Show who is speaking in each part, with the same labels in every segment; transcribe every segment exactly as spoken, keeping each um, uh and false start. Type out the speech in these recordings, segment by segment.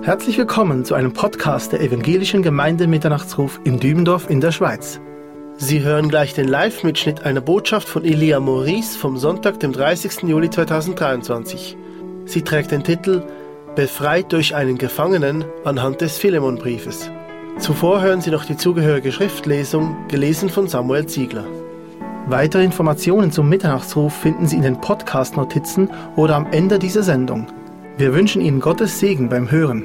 Speaker 1: Herzlich willkommen zu einem Podcast der Evangelischen Gemeinde Mitternachtsruf in Dübendorf in der Schweiz. Sie hören gleich den Live-Mitschnitt einer Botschaft von Elia Maurice vom Sonntag, dem dreißigsten Juli zweitausenddreiundzwanzig. Sie trägt den Titel »Befreit durch einen Gefangenen« anhand des Philemon-Briefes. Zuvor hören Sie noch die zugehörige Schriftlesung, gelesen von Samuel Ziegler. Weitere Informationen zum Mitternachtsruf finden Sie in den Podcast-Notizen oder am Ende dieser Sendung. Wir wünschen Ihnen Gottes Segen beim Hören.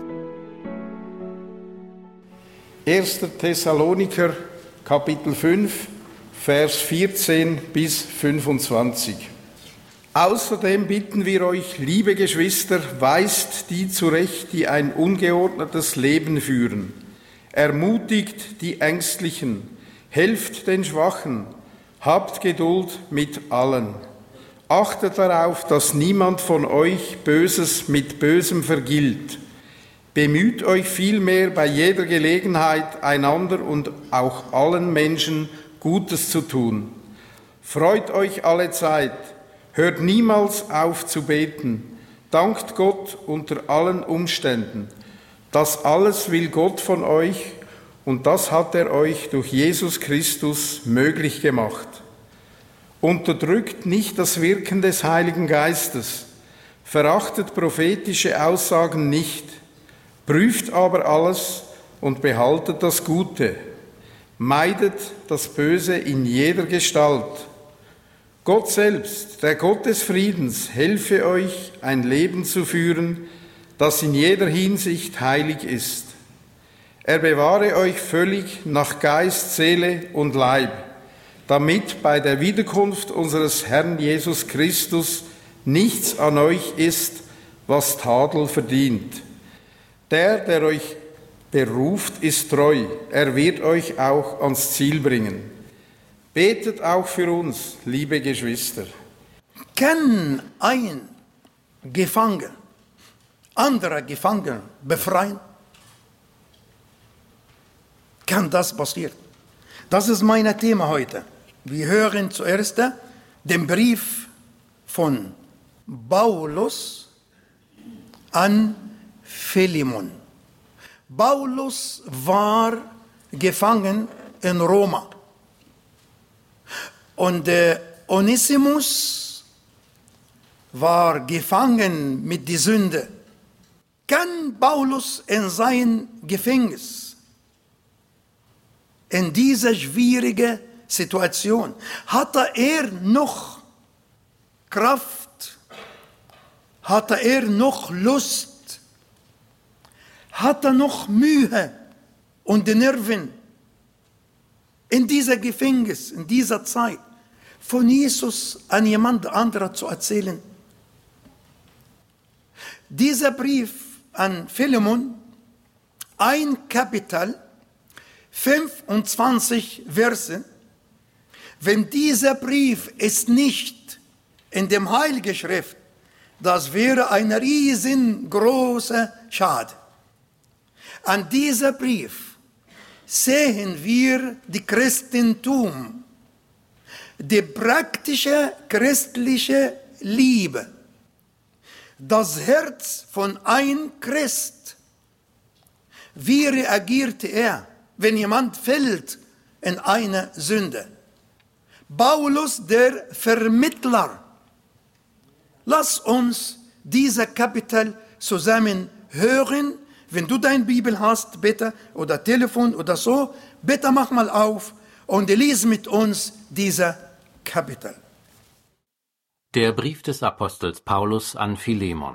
Speaker 2: erster Thessaloniker, Kapitel fünf, Vers vierzehn bis fünfundzwanzig. Außerdem bitten wir euch, liebe Geschwister, weist die zurecht, die ein ungeordnetes Leben führen. Ermutigt die Ängstlichen, helft den Schwachen, habt Geduld mit allen. Achtet darauf, dass niemand von euch Böses mit Bösem vergilt. Bemüht euch vielmehr bei jeder Gelegenheit, einander und auch allen Menschen Gutes zu tun. Freut euch alle Zeit, hört niemals auf zu beten, dankt Gott unter allen Umständen. Das alles will Gott von euch und das hat er euch durch Jesus Christus möglich gemacht. Unterdrückt nicht das Wirken des Heiligen Geistes, verachtet prophetische Aussagen nicht, prüft aber alles und behaltet das Gute, meidet das Böse in jeder Gestalt. Gott selbst, der Gott des Friedens, helfe euch, ein Leben zu führen, das in jeder Hinsicht heilig ist. Er bewahre euch völlig nach Geist, Seele und Leib, damit bei der Wiederkunft unseres Herrn Jesus Christus nichts an euch ist, was Tadel verdient. Der, der euch beruft, ist treu. Er wird euch auch ans Ziel bringen. Betet auch für uns, liebe Geschwister.
Speaker 3: Kann ein Gefangener andere Gefangene befreien? Kann das passieren? Das ist mein Thema heute. Wir hören zuerst den Brief von Paulus an Philemon. Paulus war gefangen in Rom. Und äh, Onesimus war gefangen mit der Sünde. Kann Paulus in sein Gefängnis, in dieser schwierigen Situation, hatte er noch Kraft, hatte er noch Lust, hatte noch Mühe und Nerven, in dieser Gefängnis, in dieser Zeit, von Jesus an jemand anderen zu erzählen. Dieser Brief an Philemon, ein Kapitel, fünfundzwanzig Verse. Wenn dieser Brief ist nicht in dem Heiligen Schrift, das wäre ein riesengroßer Schade. An diesem Brief sehen wir die Christentum, die praktische christliche Liebe, das Herz von einem Christ. Wie reagierte er, wenn jemand fällt in eine Sünde? Paulus, der Vermittler. Lass uns dieses Kapitel zusammen hören. Wenn du deine Bibel hast, bitte, oder Telefon oder so, bitte mach mal auf und lies mit uns dieses Kapitel.
Speaker 4: Der Brief des Apostels Paulus an Philemon.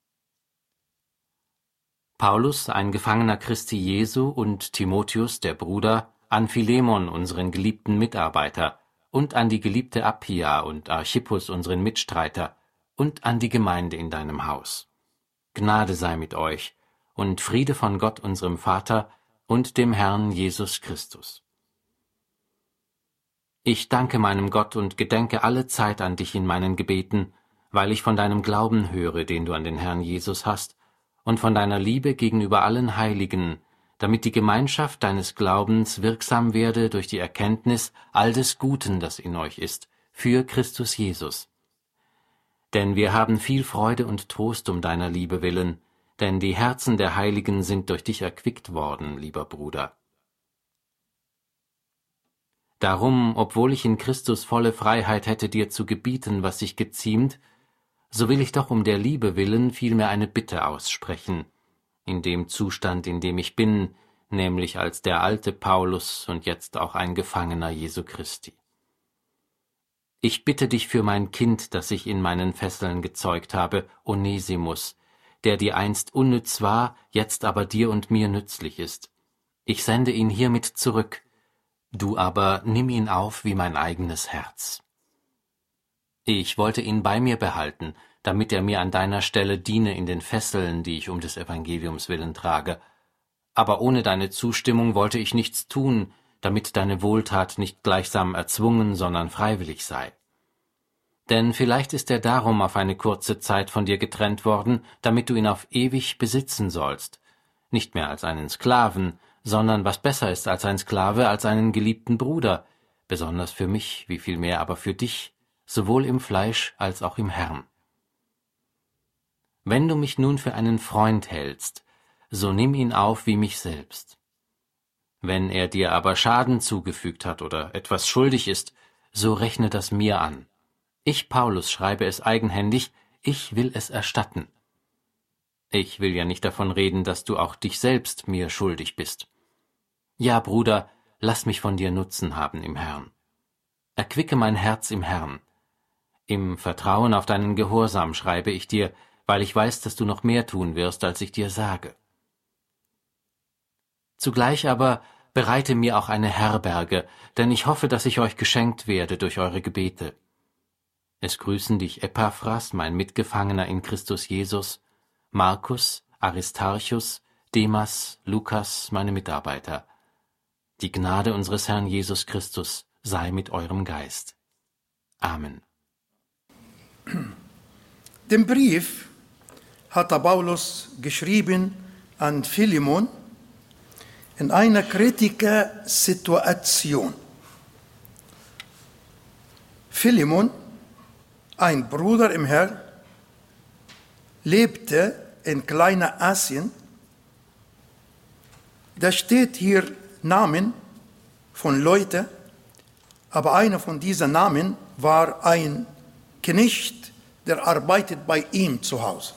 Speaker 4: Paulus, ein Gefangener Christi Jesu, und Timotheus, der Bruder, an Philemon, unseren geliebten Mitarbeiter, und an die geliebte Appia und Archippus, unseren Mitstreiter, und an die Gemeinde in deinem Haus. Gnade sei mit euch und Friede von Gott, unserem Vater, und dem Herrn Jesus Christus. Ich danke meinem Gott und gedenke alle Zeit an dich in meinen Gebeten, weil ich von deinem Glauben höre, den du an den Herrn Jesus hast, und von deiner Liebe gegenüber allen Heiligen, damit die Gemeinschaft deines Glaubens wirksam werde durch die Erkenntnis all des Guten, das in euch ist, für Christus Jesus. Denn wir haben viel Freude und Trost um deiner Liebe willen, denn die Herzen der Heiligen sind durch dich erquickt worden, lieber Bruder. Darum, obwohl ich in Christus volle Freiheit hätte, dir zu gebieten, was sich geziemt, so will ich doch um der Liebe willen vielmehr eine Bitte aussprechen, in dem Zustand, in dem ich bin, nämlich als der alte Paulus und jetzt auch ein Gefangener Jesu Christi. Ich bitte dich für mein Kind, das ich in meinen Fesseln gezeugt habe, Onesimus, der dir einst unnütz war, jetzt aber dir und mir nützlich ist. Ich sende ihn hiermit zurück, du aber nimm ihn auf wie mein eigenes Herz. Ich wollte ihn bei mir behalten, damit er mir an deiner Stelle diene in den Fesseln, die ich um des Evangeliums willen trage. Aber ohne deine Zustimmung wollte ich nichts tun, damit deine Wohltat nicht gleichsam erzwungen, sondern freiwillig sei. Denn vielleicht ist er darum auf eine kurze Zeit von dir getrennt worden, damit du ihn auf ewig besitzen sollst, nicht mehr als einen Sklaven, sondern was besser ist als ein Sklave, als einen geliebten Bruder, besonders für mich, wie viel mehr aber für dich, sowohl im Fleisch als auch im Herrn. Wenn du mich nun für einen Freund hältst, so nimm ihn auf wie mich selbst. Wenn er dir aber Schaden zugefügt hat oder etwas schuldig ist, so rechne das mir an. Ich, Paulus, schreibe es eigenhändig, ich will es erstatten. Ich will ja nicht davon reden, dass du auch dich selbst mir schuldig bist. Ja, Bruder, lass mich von dir Nutzen haben im Herrn. Erquicke mein Herz im Herrn. Im Vertrauen auf deinen Gehorsam schreibe ich dir, weil ich weiß, dass du noch mehr tun wirst, als ich dir sage. Zugleich aber bereite mir auch eine Herberge, denn ich hoffe, dass ich euch geschenkt werde durch eure Gebete. Es grüßen dich Epaphras, mein Mitgefangener in Christus Jesus, Markus, Aristarchus, Demas, Lukas, meine Mitarbeiter. Die Gnade unseres Herrn Jesus Christus sei mit eurem Geist. Amen.
Speaker 3: Den Brief hat der Paulus geschrieben an Philemon in einer kritischen Situation. Philemon, ein Bruder im Herrn, lebte in Kleinasien. Da steht hier Namen von Leuten, aber einer von diesen Namen war ein Knecht, der arbeitet bei ihm zu Hause.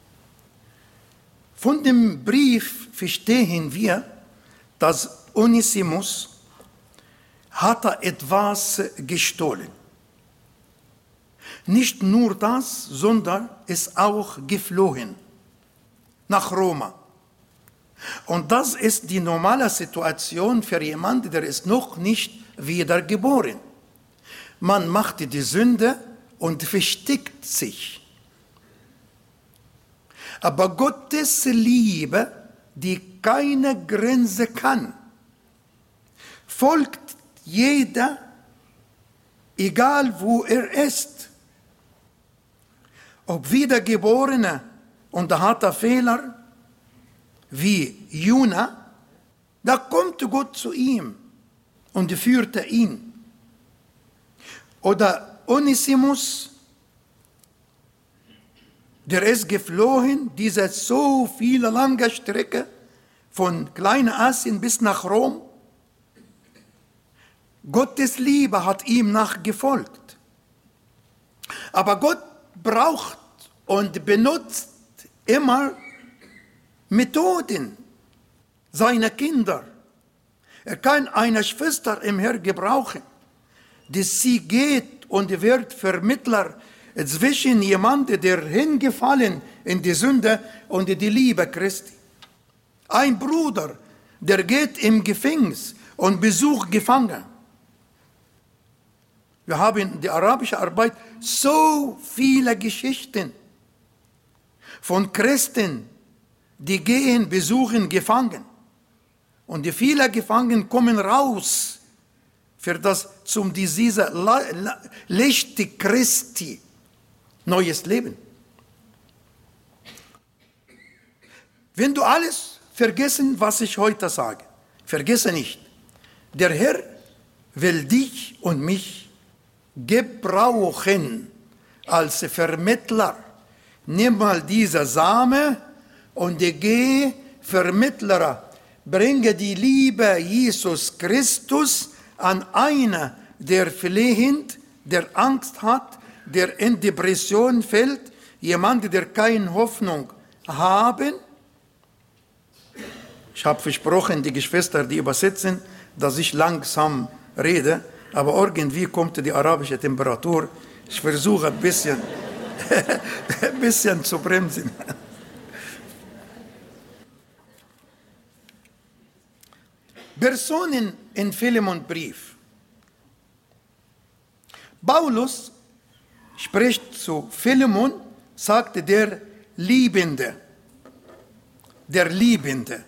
Speaker 3: Von dem Brief verstehen wir, dass Onesimus hatte etwas gestohlen. Nicht nur das, sondern ist auch geflohen nach Roma. Und das ist die normale Situation für jemanden, der ist noch nicht wiedergeboren. Man macht die Sünde und versteckt sich. Aber Gottes Liebe, die keine Grenze kann, folgt jeder, egal wo er ist. Ob Wiedergeborene und da hat er Fehler, wie Jona, da kommt Gott zu ihm und führte ihn. Oder Onesimus, der ist geflohen, diese so viele lange Strecke von Kleinasien bis nach Rom. Gottes Liebe hat ihm nachgefolgt. Aber Gott braucht und benutzt immer Methoden seiner Kinder. Er kann eine Schwester im Herrn gebrauchen, die sie geht und wird Vermittler zwischen jemandem, der hingefallen in die Sünde und die Liebe Christi. Ein Bruder, der geht im Gefängnis und besucht Gefangene. Wir haben in der arabischen Arbeit so viele Geschichten von Christen, die gehen, besuchen Gefangene. Und die vielen Gefangenen kommen raus für das zum diese Licht Christi neues Leben. Wenn du alles vergessen, was ich heute sage, vergesse nicht, der Herr will dich und mich gebrauchen als Vermittler. Nimm mal diese Same und geh, Vermittler, bringe die Liebe Jesus Christus an einer, der flehend, der Angst hat, der in Depression fällt, jemand, der keine Hoffnung haben. Ich habe versprochen, die Geschwister, die übersetzen, dass ich langsam rede, aber irgendwie kommt die arabische Temperatur. Ich versuche ein bisschen, ein bisschen zu bremsen. Personen in Philemonbrief. Paulus spricht zu Philemon, sagte der Liebende. Der Liebende.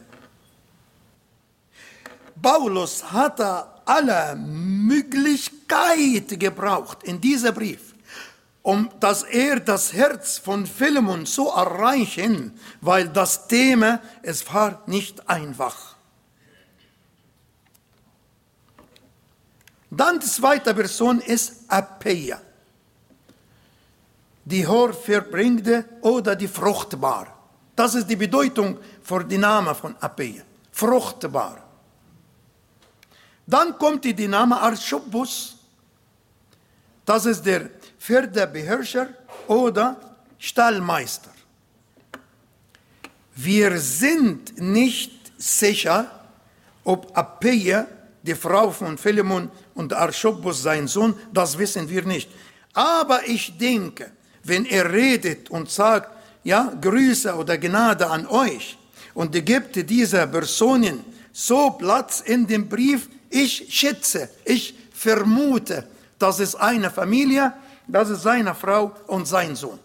Speaker 3: Paulus hatte alle Möglichkeit gebraucht in diesem Brief, um dass er das Herz von Philemon so erreichen, weil das Thema, es war nicht einfach. Dann die zweite Person ist Apphia, die Hervorbringende oder die Fruchtbar. Das ist die Bedeutung für den Namen von Apphia, fruchtbar. Dann kommt die Name Archippus, das ist der Pferdebeherrscher oder Stallmeister. Wir sind nicht sicher, ob Apphia, die Frau von Philemon, und Archippus sein Sohn, das wissen wir nicht. Aber ich denke, wenn er redet und sagt, ja, Grüße oder Gnade an euch, und gibt dieser Personen so Platz in dem Brief, ich schätze, ich vermute, das ist eine Familie, das ist seine Frau und sein Sohn.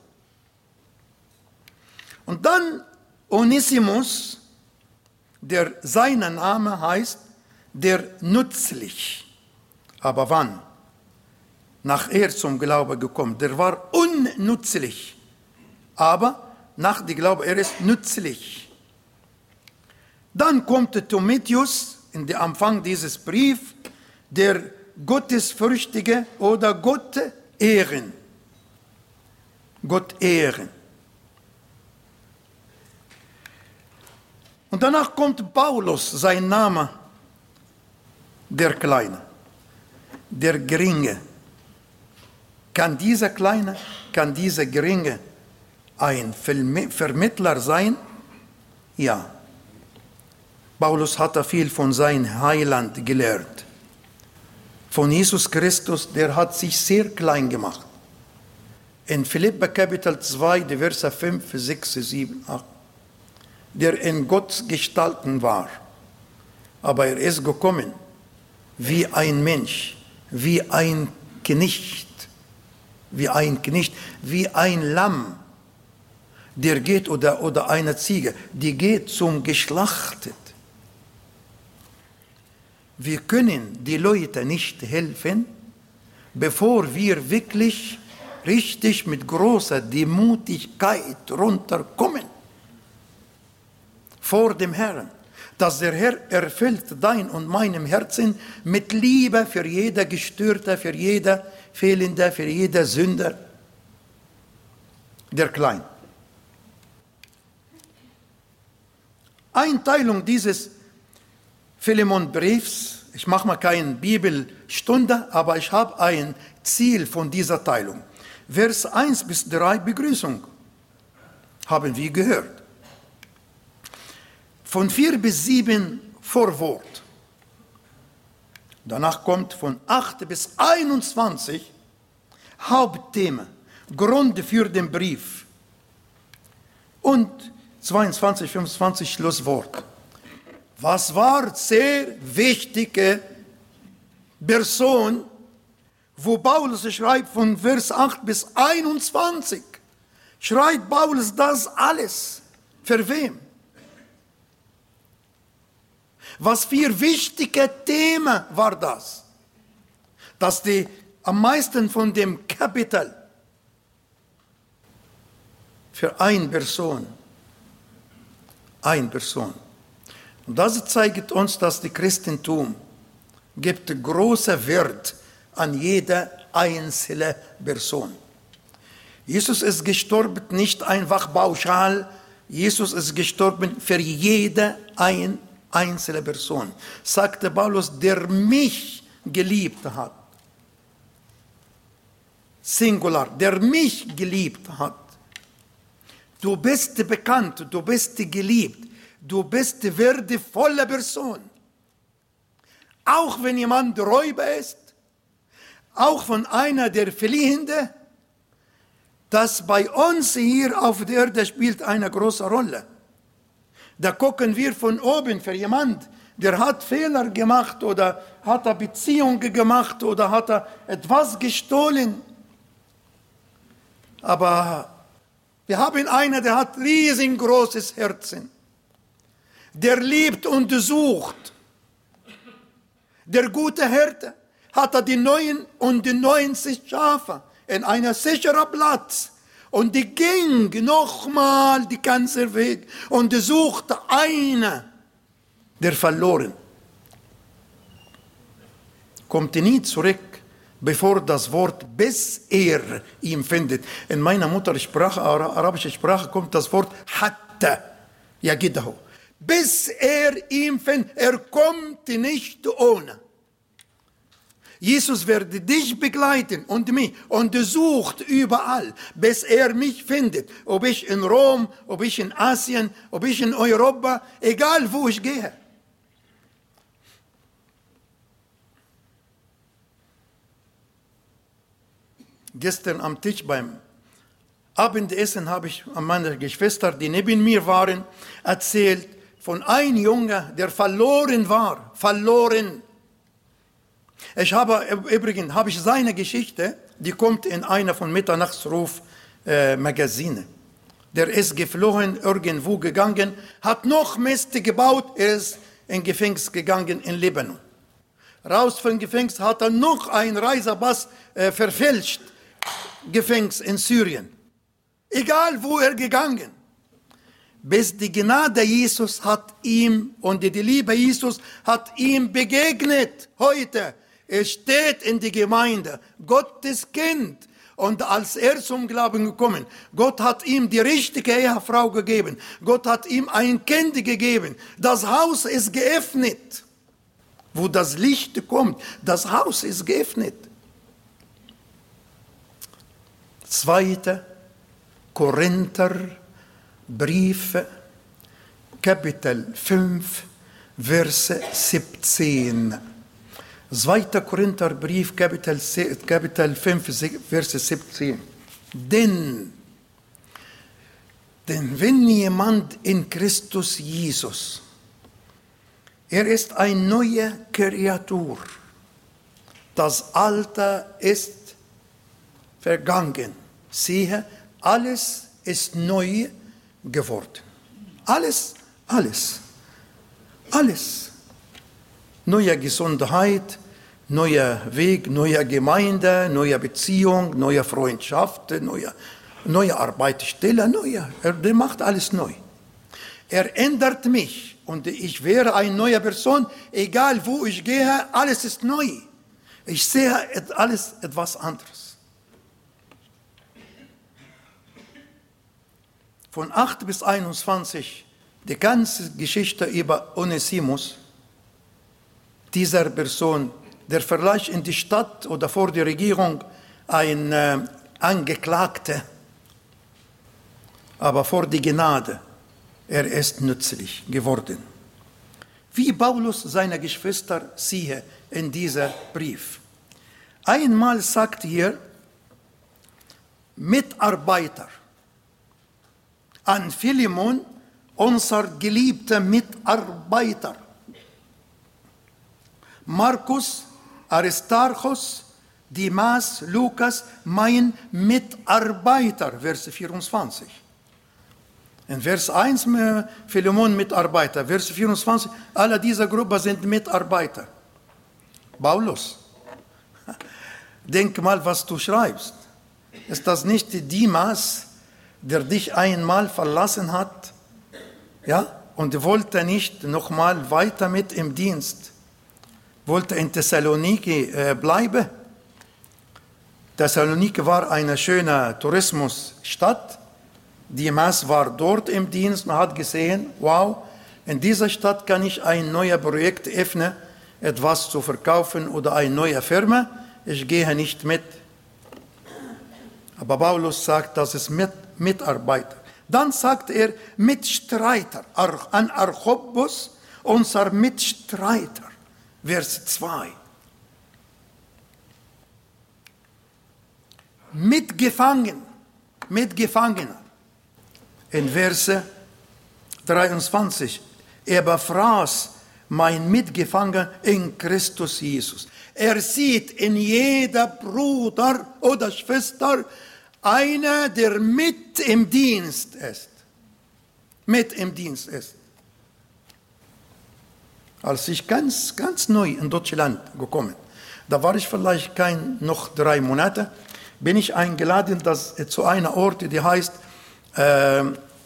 Speaker 3: Und dann Onesimus, der sein Name heißt, der nützlich. Aber wann? Nach er zum Glauben gekommen. Der war unnützlich. Aber nach dem Glauben, er ist nützlich. Dann kommt Timotheus in den Anfang dieses Briefs, der Gottesfürchtige oder Gott ehren. Gott ehren. Und danach kommt Paulus, sein Name, der Kleine, der Geringe. Kann dieser Kleine, kann dieser Geringe ein Vermittler sein? Ja. Paulus hatte viel von seinem Heiland gelernt. Von Jesus Christus, der hat sich sehr klein gemacht. In Philipper Kapitel zwei, die Verse fünf, sechs, sieben, acht. Der in Gott gestalten war. Aber er ist gekommen wie ein Mensch, wie ein Knecht, wie ein Knecht, wie ein Lamm, der geht, oder, oder eine Ziege, die geht zum Geschlachtet. Wir können die Leute nicht helfen, bevor wir wirklich richtig mit großer Demutigkeit runterkommen vor dem Herrn. Dass der Herr erfüllt dein und meinem Herzen mit Liebe für jeder Gestörte, für jeder Fehlende, für jeder Sünder. Der Klein. Einteilung dieses Philemon-Briefs, ich mache mal keine Bibelstunde, aber ich habe ein Ziel von dieser Teilung. Vers eins bis drei, Begrüßung, haben wir gehört. Von vier bis sieben Vorwort. Danach kommt von acht bis einundzwanzig Hauptthema, Gründe für den Brief. Und zweiundzwanzig, fünfundzwanzig Schlusswort. Was war sehr wichtige Person, wo Paulus schreibt von Vers acht bis einundzwanzig, schreibt Paulus das alles. Für wem? Was für wichtige Themen war das? Dass die am meisten von dem Kapitel für eine Person, eine Person. Und das zeigt uns, dass das Christentum gibt großen Wert an jede einzelne Person. Jesus ist gestorben nicht einfach pauschal Jesus ist gestorben für jede ein, einzelne Person. Sagte Paulus, der mich geliebt hat. Singular, der mich geliebt hat. Du bist bekannt, du bist geliebt, du bist eine wertvolle Person. Auch wenn jemand Räuber ist, auch von einer der Fliehenden, das bei uns hier auf der Erde spielt eine große Rolle. Da gucken wir von oben für jemand, der hat Fehler gemacht oder hat eine Beziehung gemacht oder hat er etwas gestohlen. Aber wir haben einen, der hat riesengroßes Herzen. Der liebt und sucht. Der gute Hirte hatte die neunundneunzig Schafe in einem sicheren Platz. Und die ging nochmal den ganzen Weg und suchte einen, der verloren. Kommt nie zurück, bevor das Wort bis er ihn findet. In meiner Muttersprache, arabische Sprache, kommt das Wort hatta yagidahu. Bis er ihn findet. Er kommt nicht ohne. Jesus wird dich begleiten und mich und sucht überall, bis er mich findet. Ob ich in Rom, ob ich in Asien, ob ich in Europa, egal wo ich gehe. Gestern am Tisch beim Abendessen habe ich an meine Geschwister, die neben mir waren, erzählt von einem Jungen, der verloren war. Verloren. Ich habe übrigens habe ich seine Geschichte, die kommt in einer von Mitternachtsruf äh, Magazine. Der ist geflohen, irgendwo gegangen, hat noch Mist gebaut, er ist in Gefängnis gegangen in Libanon. Raus vom Gefängnis hat er noch einen Reisepass äh, verfälscht, Gefängnis in Syrien. Egal wo er gegangen. Bis die Gnade Jesus hat ihm und die Liebe Jesus hat ihm begegnet heute. Er steht in die Gemeinde, Gottes Kind. Und als er zum Glauben gekommen, Gott hat ihm die richtige Ehefrau gegeben. Gott hat ihm ein Kind gegeben. Das Haus ist geöffnet. Wo das Licht kommt, das Haus ist geöffnet. Zweite Korintherbrief, Kapitel fünf, Verse siebzehn. Zweiter Korintherbrief, Kapitel, Kapitel fünf, Verse siebzehn. Denn, denn wenn jemand in Christus Jesus, er ist eine neue Kreatur, das Alte ist vergangen. Siehe, alles ist neu geworden. Alles, alles, alles. Neue Gesundheit, neuer Weg, neue Gemeinde, neue Beziehung, neue Freundschaft, neue, neue Arbeitsstelle, neue. Er macht alles neu. Er ändert mich und ich wäre eine neue Person, egal wo ich gehe, alles ist neu. Ich sehe alles etwas anderes. Von acht bis einundzwanzig, die ganze Geschichte über Onesimus, dieser Person, der vielleicht in die Stadt oder vor der Regierung ein äh, Angeklagter, aber vor die Gnade, er ist nützlich geworden. Wie Paulus seine Geschwister siehe in diesem Brief. Einmal sagt hier Mitarbeiter an Philemon, unser geliebter Mitarbeiter. Markus, Aristarchus, Demas, Lukas, mein Mitarbeiter, Vers vierundzwanzig. In Vers eins, Philemon, Mitarbeiter. Vers vierundzwanzig, alle diese Gruppen sind Mitarbeiter. Paulus, denk mal, was du schreibst. Ist das nicht Demas, der dich einmal verlassen hat, ja, und wollte nicht nochmal weiter mit im Dienst? Wollte in Thessaloniki äh, bleiben. Thessaloniki war eine schöne Tourismusstadt. Die Maas war dort im Dienst und hat gesehen, wow, in dieser Stadt kann ich ein neues Projekt öffnen, etwas zu verkaufen oder eine neue Firma. Ich gehe nicht mit. Aber Paulus sagt, das ist mit, Mitarbeiter. Dann sagt er Mitstreiter an Archippus, unser Mitstreiter. Vers zwei. Mitgefangen, Mitgefangener. In Verse dreiundzwanzig. Er befraß mein Mitgefangener in Christus Jesus. Er sieht in jeder Bruder oder Schwester einer, der mit im Dienst ist. Mit im Dienst ist. Als ich ganz, ganz neu in Deutschland gekommen, da war ich vielleicht kein, noch drei Monate, bin ich eingeladen dass, zu einer Ort, die heißt äh,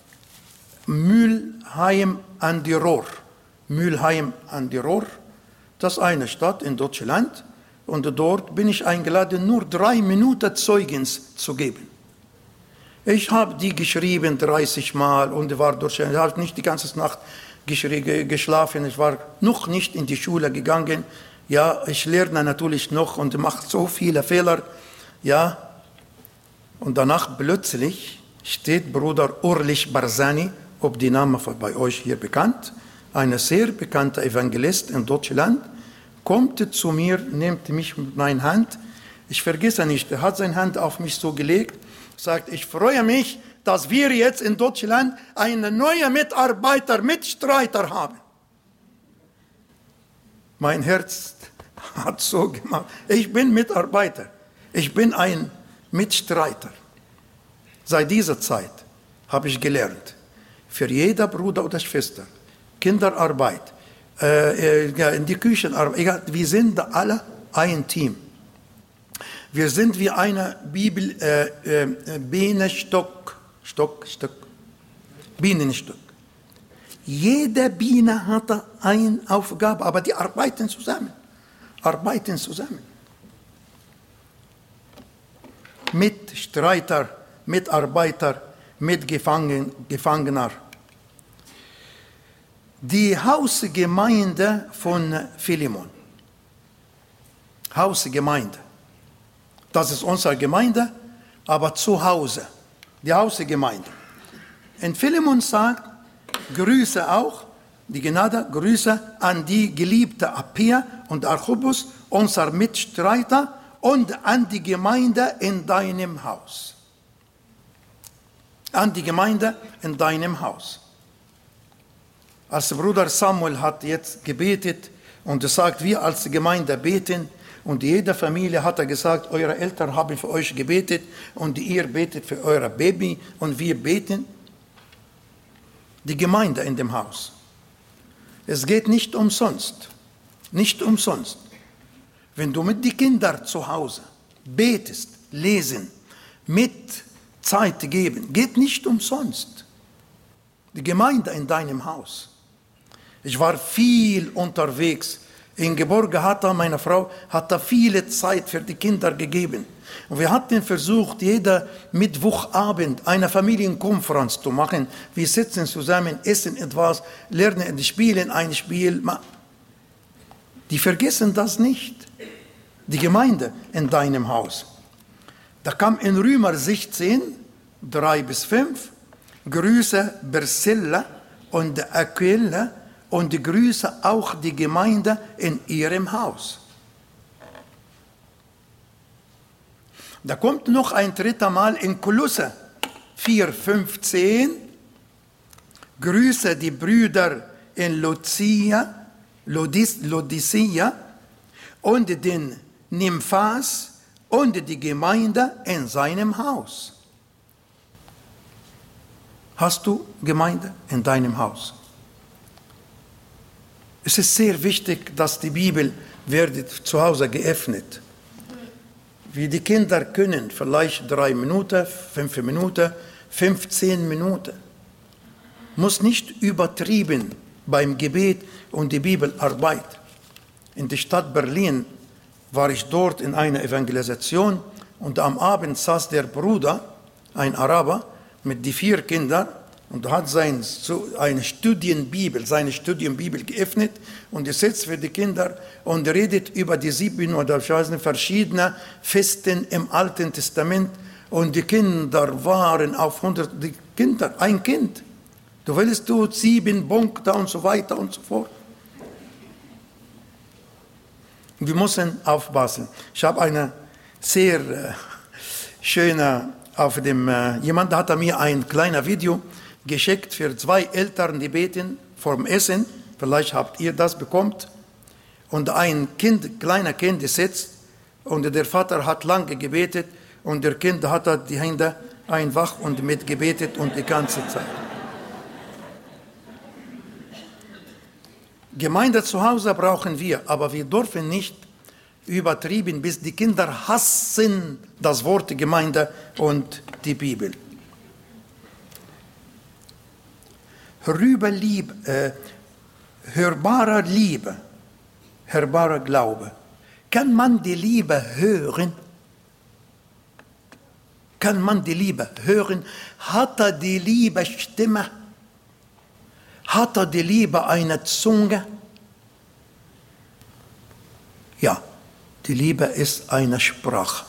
Speaker 3: Mülheim an die Ruhr. Mülheim an die Ruhr, das ist eine Stadt in Deutschland. Und dort bin ich eingeladen, nur drei Minuten Zeugnis zu geben. Ich habe die geschrieben dreißig Mal und war durch, ich habe nicht die ganze Nacht geschlafen. Ich war noch nicht in die Schule gegangen. Ja, ich lerne natürlich noch und mache so viele Fehler. Ja, und danach plötzlich steht Bruder Urlich Barzani, ob die Name bei euch hier bekannt, ein sehr bekannter Evangelist in Deutschland, kommt zu mir, nimmt mich mit meiner Hand. Ich vergesse nicht, er hat seine Hand auf mich so gelegt, sagt, ich freue mich, dass wir jetzt in Deutschland einen neuen Mitarbeiter, Mitstreiter haben. Mein Herz hat so gemacht. Ich bin Mitarbeiter. Ich bin ein Mitstreiter. Seit dieser Zeit habe ich gelernt, für jeder Bruder oder Schwester, Kinderarbeit, äh, in die Küchenarbeit, wir sind alle ein Team. Wir sind wie eine Bibel, äh, äh, Bienenstock, Stock, Stock, Bienenstock. Jede Biene hat eine Aufgabe, aber die arbeiten zusammen. Arbeiten zusammen. Mitstreiter, Mitarbeiter, Mitgefangener. Die Hausgemeinde von Philemon. Hausgemeinde. Das ist unsere Gemeinde, aber zu Hause. Die Hausgemeinde. Und Philemon sagt, Grüße auch, die Gnade, Grüße an die geliebte Appia und Archippus, unser Mitstreiter, und an die Gemeinde in deinem Haus. An die Gemeinde in deinem Haus. Als Bruder Samuel hat jetzt gebetet und er sagt, wir als Gemeinde beten, und jede Familie hat er gesagt, eure Eltern haben für euch gebetet und ihr betet für euer Baby und wir beten. Die Gemeinde in dem Haus. Es geht nicht umsonst. Nicht umsonst. Wenn du mit den Kindern zu Hause betest, lesen, mit Zeit geben, geht nicht umsonst. Die Gemeinde in deinem Haus. Ich war viel unterwegs. In Geborge hat er, meine Frau, hat er viele Zeit für die Kinder gegeben. Und wir hatten versucht, jeder Mittwochabend eine Familienkonferenz zu machen. Wir sitzen zusammen, essen etwas, lernen, spielen ein Spiel. Die vergessen das nicht. Die Gemeinde in deinem Haus. Da kam in Römer sechzehn, drei bis fünf, Grüße Priscilla und Aquila und grüße auch die Gemeinde in ihrem Haus. Da kommt noch ein dritter Mal in Kolosse vier, fünfzehn, grüße die Brüder in Lucia, Laodicea und den Nymphas und die Gemeinde in seinem Haus. Hast du Gemeinde in deinem Haus? Es ist sehr wichtig, dass die Bibel wird zu Hause geöffnet. Wie die Kinder können, vielleicht drei Minuten, fünf Minuten, fünfzehn Minuten. Muss nicht übertrieben beim Gebet und die Bibelarbeit. In der Stadt Berlin war ich dort in einer Evangelisation und am Abend saß der Bruder, ein Araber, mit den vier Kindern und hat sein, so eine Studienbibel, seine Studienbibel geöffnet und gesetzt für die Kinder und redet über die sieben oder ich weiß nicht, verschiedene Festen im Alten Testament. Und die Kinder waren auf hundert, die Kinder, ein Kind. Du willst du sieben Punkte und so weiter und so fort. Wir müssen aufpassen. Ich habe eine sehr äh, schöne, auf dem, äh, jemand hat mir ein kleines Video geschickt für zwei Eltern, die beten vorm Essen. Vielleicht habt ihr das bekommen. Und ein Kind, kleiner Kind sitzt und der Vater hat lange gebetet und der Kind hat die Hände einfach und mitgebetet und die ganze Zeit. Gemeinde zu Hause brauchen wir, aber wir dürfen nicht übertrieben, bis die Kinder hassen das Wort Gemeinde und die Bibel. Hörbar Liebe, äh, hörbarer Liebe, hörbarer Glaube. Kann man die Liebe hören? Kann man die Liebe hören? Hat er die Liebe Stimme? Hat er die Liebe eine Zunge? Ja, die Liebe ist eine Sprache.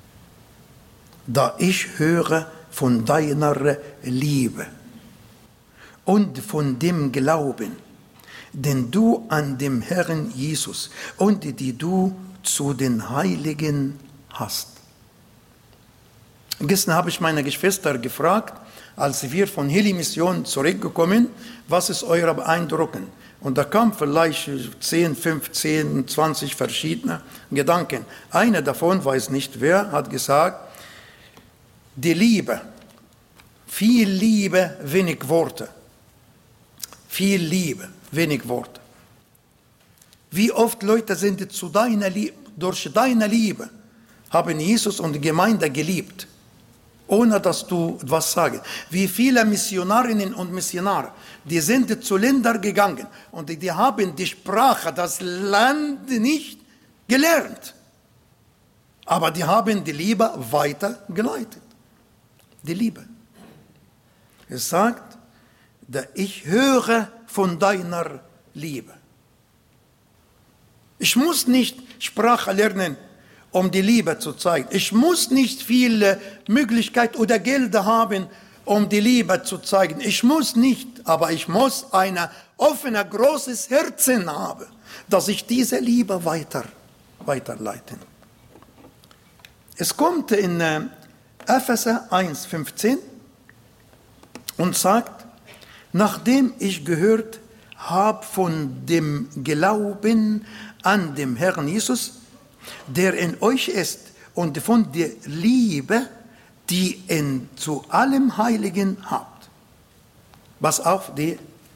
Speaker 3: Da ich höre von deiner Liebe und von dem Glauben, den du an dem Herrn Jesus und die du zu den Heiligen hast. Gestern habe ich meine Geschwister gefragt, als wir von Heli-Mission zurückgekommen, was ist euer Eindruck? Und da kamen vielleicht zehn, fünfzehn, zwanzig verschiedene Gedanken. Einer davon, weiß nicht wer, hat gesagt, die Liebe, viel Liebe, wenig Worte. Viel Liebe, wenig Worte. Wie oft Leute sind zu deiner Liebe, durch deine Liebe haben Jesus und die Gemeinde geliebt, ohne dass du etwas sagst. Wie viele Missionarinnen und Missionare, die sind zu Ländern gegangen und die, die haben die Sprache, das Land nicht gelernt. Aber die haben die Liebe weitergeleitet. Die Liebe. Es sagt, ich höre von deiner Liebe. Ich muss nicht Sprache lernen, um die Liebe zu zeigen. Ich muss nicht viele Möglichkeiten oder Gelder haben, um die Liebe zu zeigen. Ich muss nicht, aber ich muss ein offenes, großes Herzen haben, dass ich diese Liebe weiter, weiterleiten. Es kommt in äh, Epheser eins fünfzehn und sagt, nachdem ich gehört habe von dem Glauben an den Herrn Jesus, der in euch ist, und von der Liebe, die ihr zu allem Heiligen habt. Was auf die,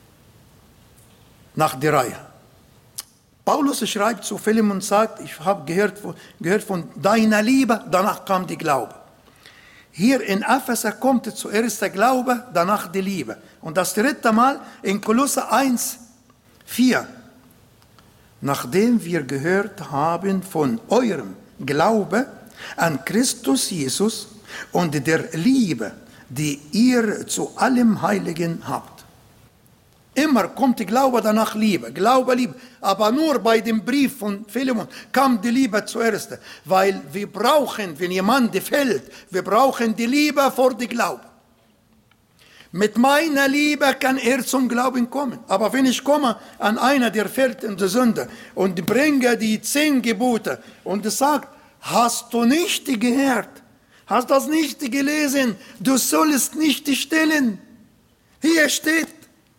Speaker 3: nach der Reihe. Paulus schreibt zu Philipp und sagt, ich habe gehört, gehört von deiner Liebe, danach kam die Glaube. Hier in Epheser kommt zuerst der Glaube, danach die Liebe. Und das dritte Mal in Kolosser eins vier. Nachdem wir gehört haben von eurem Glaube an Christus Jesus und der Liebe, die ihr zu allem Heiligen habt. Immer kommt die Glaube, danach Liebe. Glaube, Liebe. Aber nur bei dem Brief von Philemon kam die Liebe zuerst. Weil wir brauchen, wenn jemand fällt, wir brauchen die Liebe vor die Glaube. Mit meiner Liebe kann er zum Glauben kommen. Aber wenn ich komme an einer, der fällt in die Sünde und bringe die zehn Gebote und sagt, hast du nicht gehört? Hast das nicht gelesen? Du sollst nicht stehlen. Hier steht.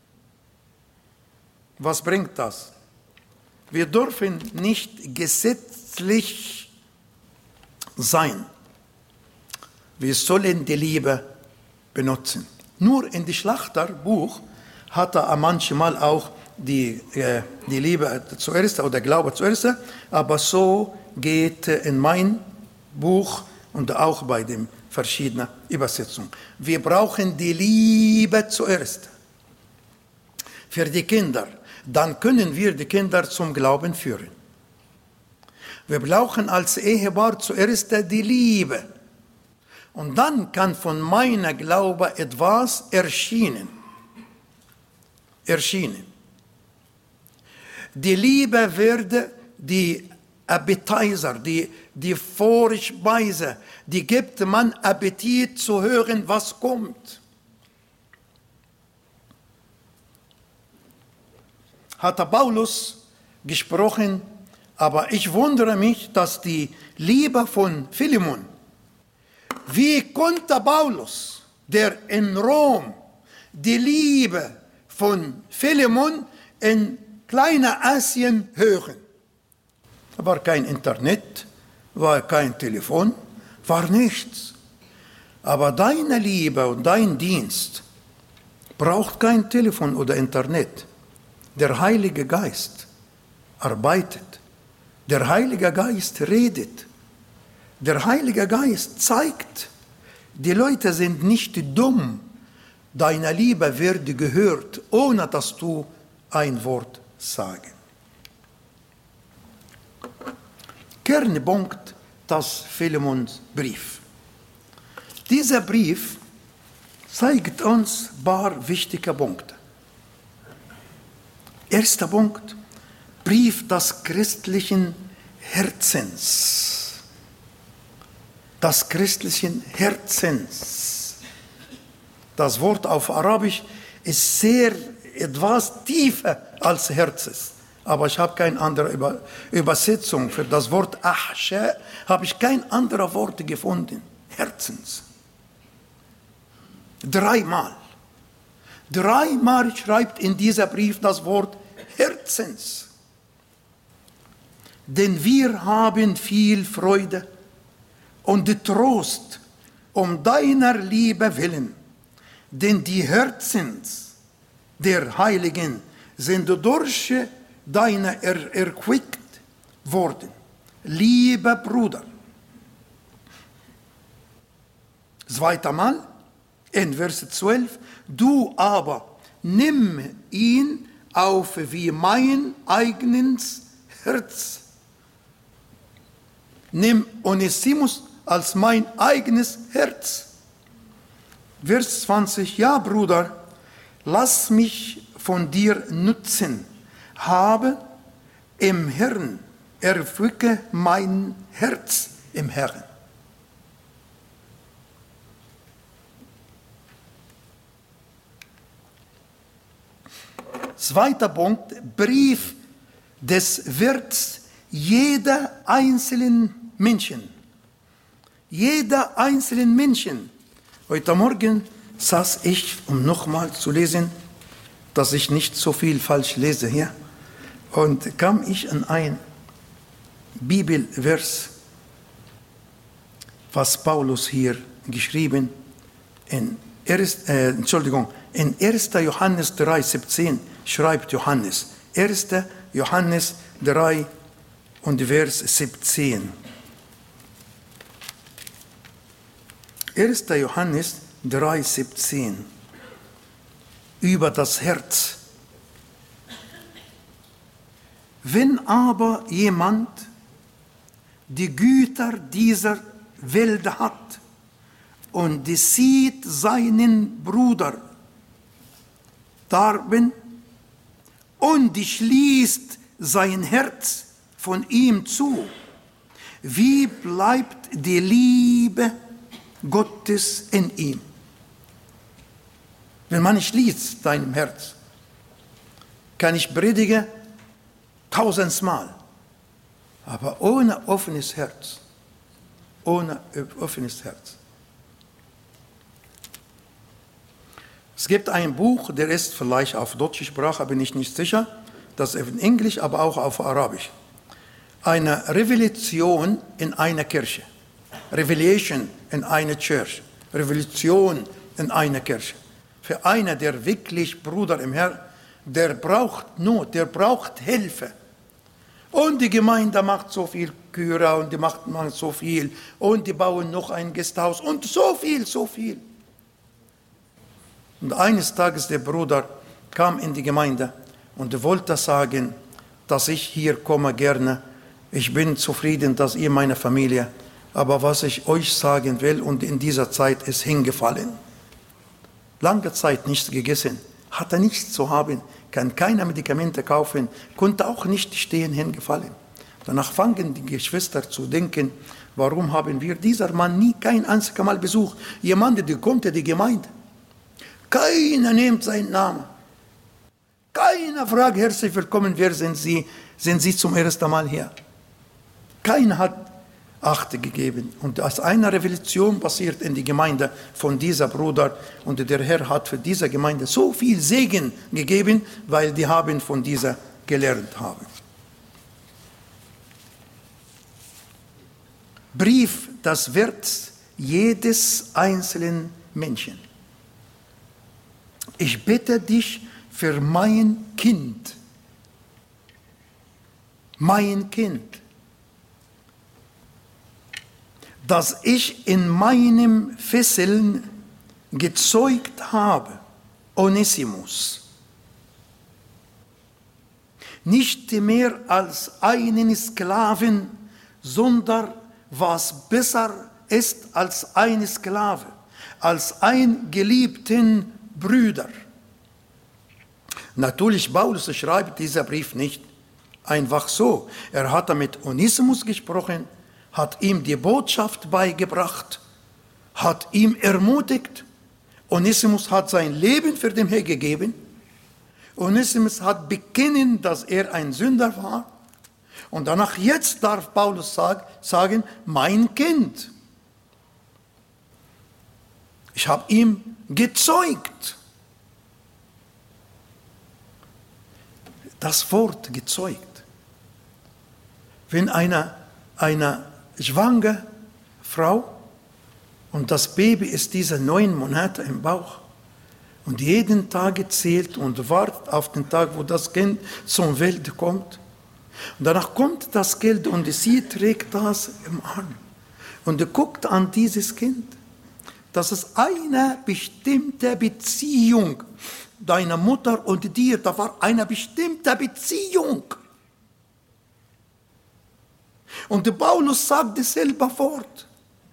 Speaker 3: Was bringt das? Wir dürfen nicht gesetzlich sein. Wir sollen die Liebe benutzen. Nur in dem Schlachterbuch hat er manchmal auch die, äh, die Liebe zuerst oder Glaube zuerst, aber so geht in mein Buch und auch bei den verschiedenen Übersetzungen. Wir brauchen die Liebe zuerst für die Kinder. Dann können wir die Kinder zum Glauben führen. Wir brauchen als Ehepaar zuerst die Liebe. Und dann kann von meiner Glaube etwas erschienen. Erschienen. Die Liebe wird die Appetizer, die, die Vorspeise, die gibt man Appetit zu hören, was kommt. Hat Paulus gesprochen, aber ich wundere mich, dass die Liebe von Philemon, wie konnte Paulus, der in Rom die Liebe von Philemon in Kleinasien hören? War kein Internet, war kein Telefon, war nichts. Aber deine Liebe und dein Dienst braucht kein Telefon oder Internet. Der Heilige Geist arbeitet. Der Heilige Geist redet. Der Heilige Geist zeigt. Die Leute sind nicht dumm. Deine Liebe wird gehört, ohne dass du ein Wort sagst. Kernpunkt des Philemons Brief. Dieser Brief zeigt uns ein paar wichtige Punkte. Erster Punkt, Brief des christlichen Herzens. Des christlichen Herzens. Das Wort auf Arabisch ist sehr etwas tiefer als Herzens. Aber ich habe keine andere Über- Übersetzung für das Wort Ahsha, habe ich kein anderes Wort gefunden. Herzens. Dreimal. Dreimal schreibt in dieser Brief das Wort Herzens. Denn wir haben viel Freude und Trost um deiner Liebe willen. Denn die Herzen der Heiligen sind durch deine er erquickt worden. Lieber Bruder. Zweiter Mal, in Vers zwölf, du aber nimm ihn auf wie mein eigenes Herz. Nimm Onesimus als mein eigenes Herz. Vers zwanzig, ja Bruder, lass mich von dir nutzen. Habe im Herrn, erquicke mein Herz im Herrn. Zweiter Punkt, Brief des Wirts jeder einzelnen Menschen. Jeder einzelnen Menschen. Heute Morgen saß ich, um nochmal zu lesen, dass ich nicht so viel falsch lese hier, und kam ich an ein Bibelvers, was Paulus hier geschrieben in erst, äh, Entschuldigung, in erster Johannes drei siebzehn schreibt Johannes. erster Johannes drei und Vers siebzehn. erster Johannes drei siebzehn. Über das Herz. Wenn aber jemand die Güter dieser Welt hat und sieht seinen Bruder darben und schließt sein Herz von ihm zu, wie bleibt die Liebe Gottes in ihm? Wenn man schließt deinem Herz, kann ich predigen tausendmal, aber ohne offenes Herz, ohne offenes Herz. Es gibt ein Buch, der ist vielleicht auf deutsche Sprache, bin ich nicht sicher, das ist in Englisch, aber auch auf Arabisch. Eine Revolution in einer Kirche. Revelation in einer Church. Revolution in einer Kirche. Für einen, der wirklich Bruder im Herrn, der braucht Not, der braucht Hilfe. Und die Gemeinde macht so viel Kyra und die macht, macht so viel und die bauen noch ein Gasthaus und so viel, so viel. Und eines Tages der Bruder kam in die Gemeinde und wollte sagen, dass ich hier komme gerne. Ich bin zufrieden, dass ihr meine Familie, Aber was ich euch sagen will, und in dieser Zeit ist hingefallen, lange Zeit nichts gegessen, hatte nichts zu haben, kann keine Medikamente kaufen, konnte auch nicht stehen, hingefallen. Danach fangen die Geschwister zu denken, warum haben wir dieser Mann nie kein einziges Mal besucht? Jemand, der kommt in die Gemeinde. Keiner nimmt seinen Namen. Keiner fragt, herzlich willkommen, wer sind Sie? Sind Sie zum ersten Mal hier? Keiner hat Acht gegeben. Und als eine Revolution passiert in die Gemeinde von dieser Bruder, und der Herr hat für diese Gemeinde so viel Segen gegeben, weil die haben von dieser gelernt haben. Brief, das wird jedes einzelnen Menschen. Ich bitte dich für mein Kind, mein Kind, dass ich in meinem Fesseln gezeugt habe, Onesimus, nicht mehr als einen Sklaven, sondern was besser ist als ein Sklave, als ein geliebten Bruder. Natürlich, Paulus schreibt dieser Brief nicht einfach so. Er hat mit Onesimus gesprochen, hat ihm die Botschaft beigebracht, hat ihm ermutigt. Onesimus hat sein Leben für den Herrn gegeben. Onesimus hat bekennen, dass er ein Sünder war. Und danach, jetzt darf Paulus sagen, mein Kind. Ich habe ihm gezeugt. Das Wort gezeugt. Wenn eine, eine schwangere Frau, und das Baby ist diese neun Monate im Bauch, und jeden Tag zählt und wartet auf den Tag, wo das Kind zur Welt kommt. Und danach kommt das Kind und sie trägt das im Arm. Und er guckt an dieses Kind. Das ist eine bestimmte Beziehung deiner Mutter und dir. Da war eine bestimmte Beziehung. Und der Paulus sagt dasselbe Wort.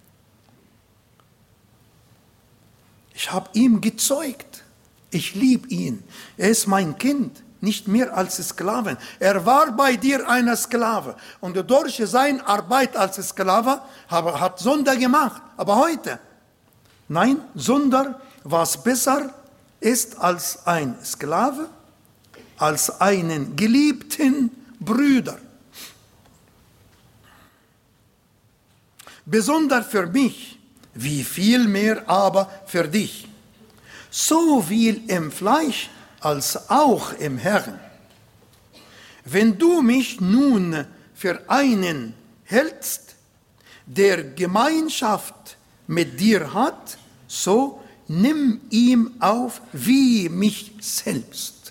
Speaker 3: Ich habe ihn gezeugt. Ich liebe ihn. Er ist mein Kind. Nicht mehr als Sklaven. Er war bei dir ein Sklave. Und durch seine Arbeit als Sklave hat Sünde gemacht. Aber heute, nein, Sünder, was besser ist als ein Sklave, als einen geliebten Bruder. Besonders für mich, wie viel mehr aber für dich. So viel im Fleisch als auch im Herrn. Wenn du mich nun für einen hältst, der Gemeinschaft mit dir hat, so nimm ihm auf wie mich selbst.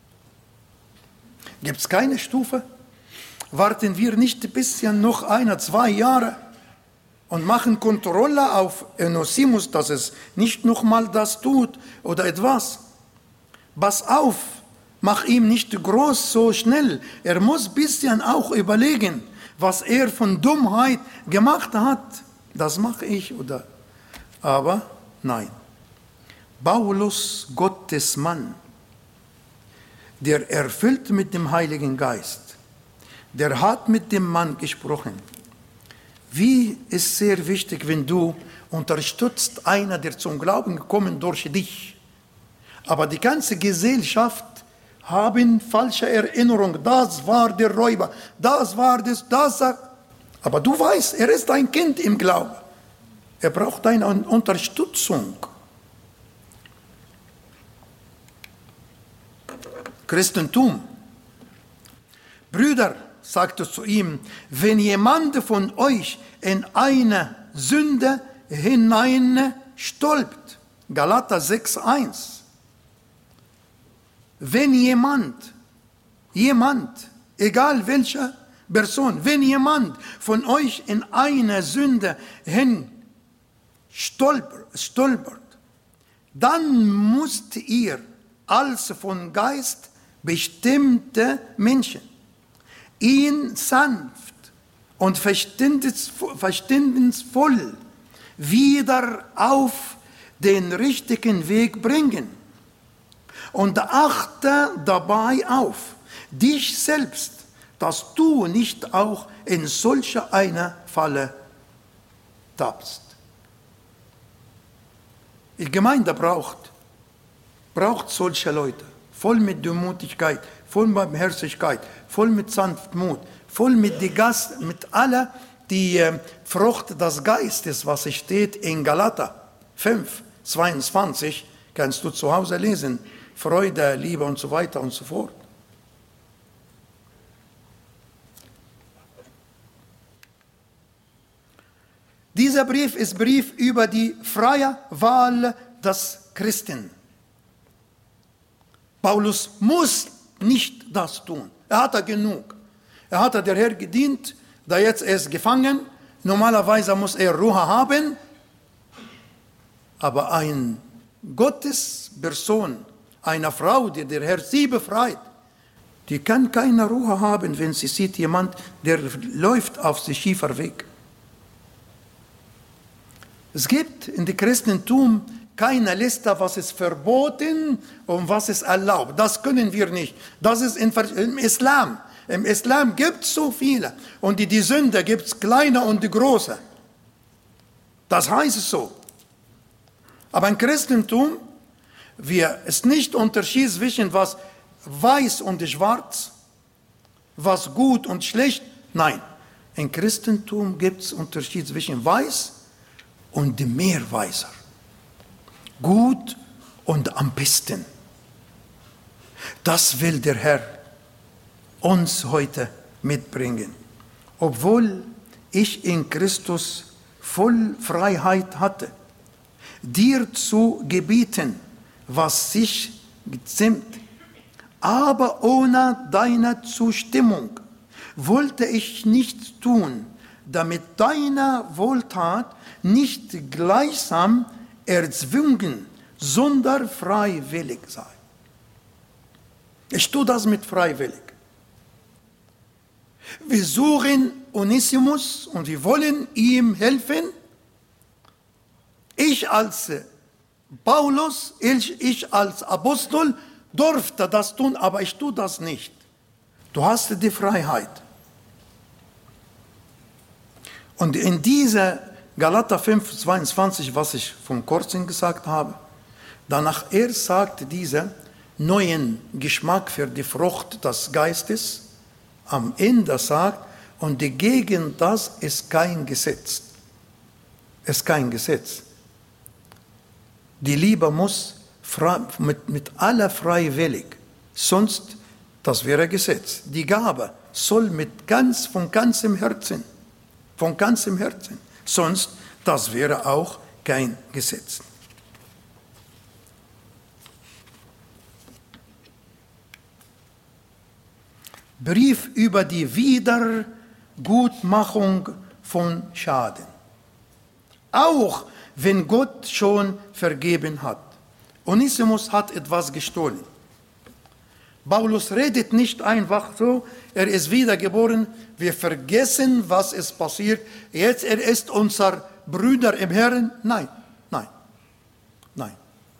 Speaker 3: Gibt es keine Stufe? Warten wir nicht ein bisschen noch eine, zwei Jahre und machen Kontrolle auf Onesimus, dass es nicht nochmal das tut oder etwas? Pass auf, mach ihm nicht groß so schnell. Er muss ein bisschen auch überlegen, was er von Dummheit gemacht hat. Das mache ich, oder? Aber nein. Paulus, Gottes Mann, der erfüllt mit dem Heiligen Geist, der hat mit dem Mann gesprochen. Wie ist sehr wichtig, wenn du unterstützt einer, der zum Glauben gekommen durch dich. Aber die ganze Gesellschaft haben falsche Erinnerungen. Das war der Räuber, das war das, das. Aber du weißt, er ist ein Kind im Glauben. Er braucht eine Unterstützung. Christentum. Brüder, sagte zu ihm, wenn jemand von euch in eine Sünde hinein stolpert, Galater sechs eins, wenn jemand, jemand, egal welche Person, wenn jemand von euch in eine Sünde hin stolpert, stolpert, dann müsst ihr als von Geist bestimmte Menschen ihn sanft und verständnisvoll wieder auf den richtigen Weg bringen. Und achte dabei auf dich selbst, dass du nicht auch in solche eine Falle tappst. Die Gemeinde braucht, braucht solche Leute, voll mit Demütigkeit, voll mit Barmherzigkeit, voll mit Sanftmut, voll mit die Gast, mit aller die äh, Frucht des Geistes, was steht in Galater fünf, zweiundzwanzig, kannst du zu Hause lesen. Freude, Liebe und so weiter und so fort. Dieser Brief ist Brief über die freie Wahl des Christen. Paulus muss nicht das tun. Er hatte genug. Er hatte der Herr gedient, da jetzt er ist gefangen. Normalerweise muss er Ruhe haben. Aber eine Gottesperson, eine Frau, die der Herr sie befreit, die kann keine Ruhe haben, wenn sie sieht jemand, der läuft auf den schiefen Weg. Es gibt in dem Christentum keine Liste, was ist verboten und was ist erlaubt. Das können wir nicht. Das ist in, im Islam. Im Islam gibt es so viele. Und die, die Sünde gibt es kleine und die große. Das heißt es so. Aber im Christentum, wir ist nicht Unterschied zwischen was weiß und schwarz, was gut und schlecht. Nein, im Christentum gibt es Unterschied zwischen weiß und mehr weiser. Gut und am besten. Das will der Herr uns heute mitbringen. Obwohl ich in Christus voll Freiheit hatte, dir zu gebieten, was sich gezimmt, aber ohne deine Zustimmung wollte ich nichts tun, damit deine Wohltat nicht gleichsam erzwungen, sondern freiwillig sei. Ich tue das mit freiwillig. Wir suchen Onesimus und wir wollen ihm helfen. Ich als Paulus, ich, ich als Apostel durfte das tun, aber ich tue das nicht. Du hast die Freiheit. Und in dieser Galater fünf, zweiundzwanzig, was ich von kurzem gesagt habe, danach er sagt dieser neuen Geschmack für die Frucht des Geistes, am Ende sagt, und gegen das ist kein Gesetz. Ist kein Gesetz. Die Liebe muss frei, mit, mit aller freiwillig, sonst, das wäre Gesetz. Die Gabe soll mit ganz, von ganzem Herzen, von ganzem Herzen, sonst, das wäre auch kein Gesetz. Brief über die Wiedergutmachung von Schaden. Auch wenn Gott schon vergeben hat. Onesimus hat etwas gestohlen. Paulus redet nicht einfach so, er ist wiedergeboren, wir vergessen, was ist passiert, jetzt er ist unser Bruder im Herrn. Nein, nein, nein.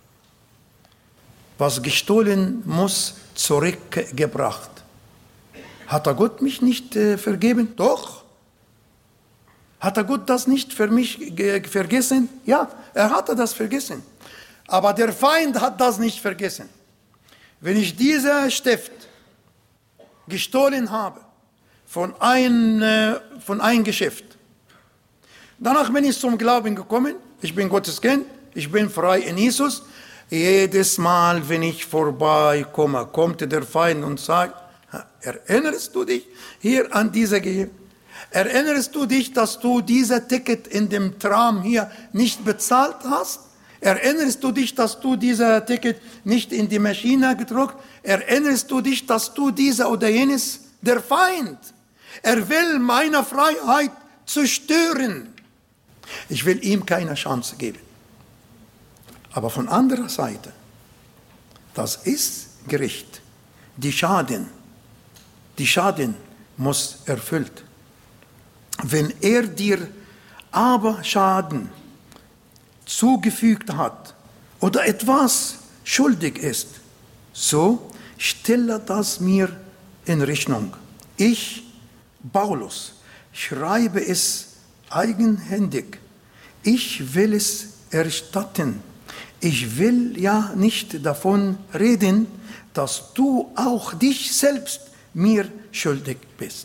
Speaker 3: Was gestohlen muss, zurückgebracht. Hat er Gott mich nicht äh, vergeben? Doch. Hat er Gott das nicht für mich vergessen? Ja, er hatte das vergessen. Aber der Feind hat das nicht vergessen. Wenn ich diesen Stift gestohlen habe von einem äh, von ein Geschäft, danach bin ich zum Glauben gekommen, ich bin Gottes Kind, ich bin frei in Jesus. Jedes Mal, wenn ich vorbeikomme, kommt der Feind und sagt, erinnerst du dich hier an diese Geschäft? Erinnerst du dich, dass du dieses Ticket in dem Tram hier nicht bezahlt hast? Erinnerst du dich, dass du dieses Ticket nicht in die Maschine gedruckt? Erinnerst du dich, dass du diese oder jenes? Der Feind, er will meine Freiheit zerstören. Ich will ihm keine Chance geben. Aber von anderer Seite, das ist Gericht. Die Schaden, die Schaden muss erfüllt. wenn er dir aber Schaden zugefügt hat oder etwas schuldig ist, so stelle das mir in Rechnung. Ich, Paulus, schreibe es eigenhändig. Ich will es erstatten. Ich will ja nicht davon reden, dass du auch dich selbst mir schuldig bist.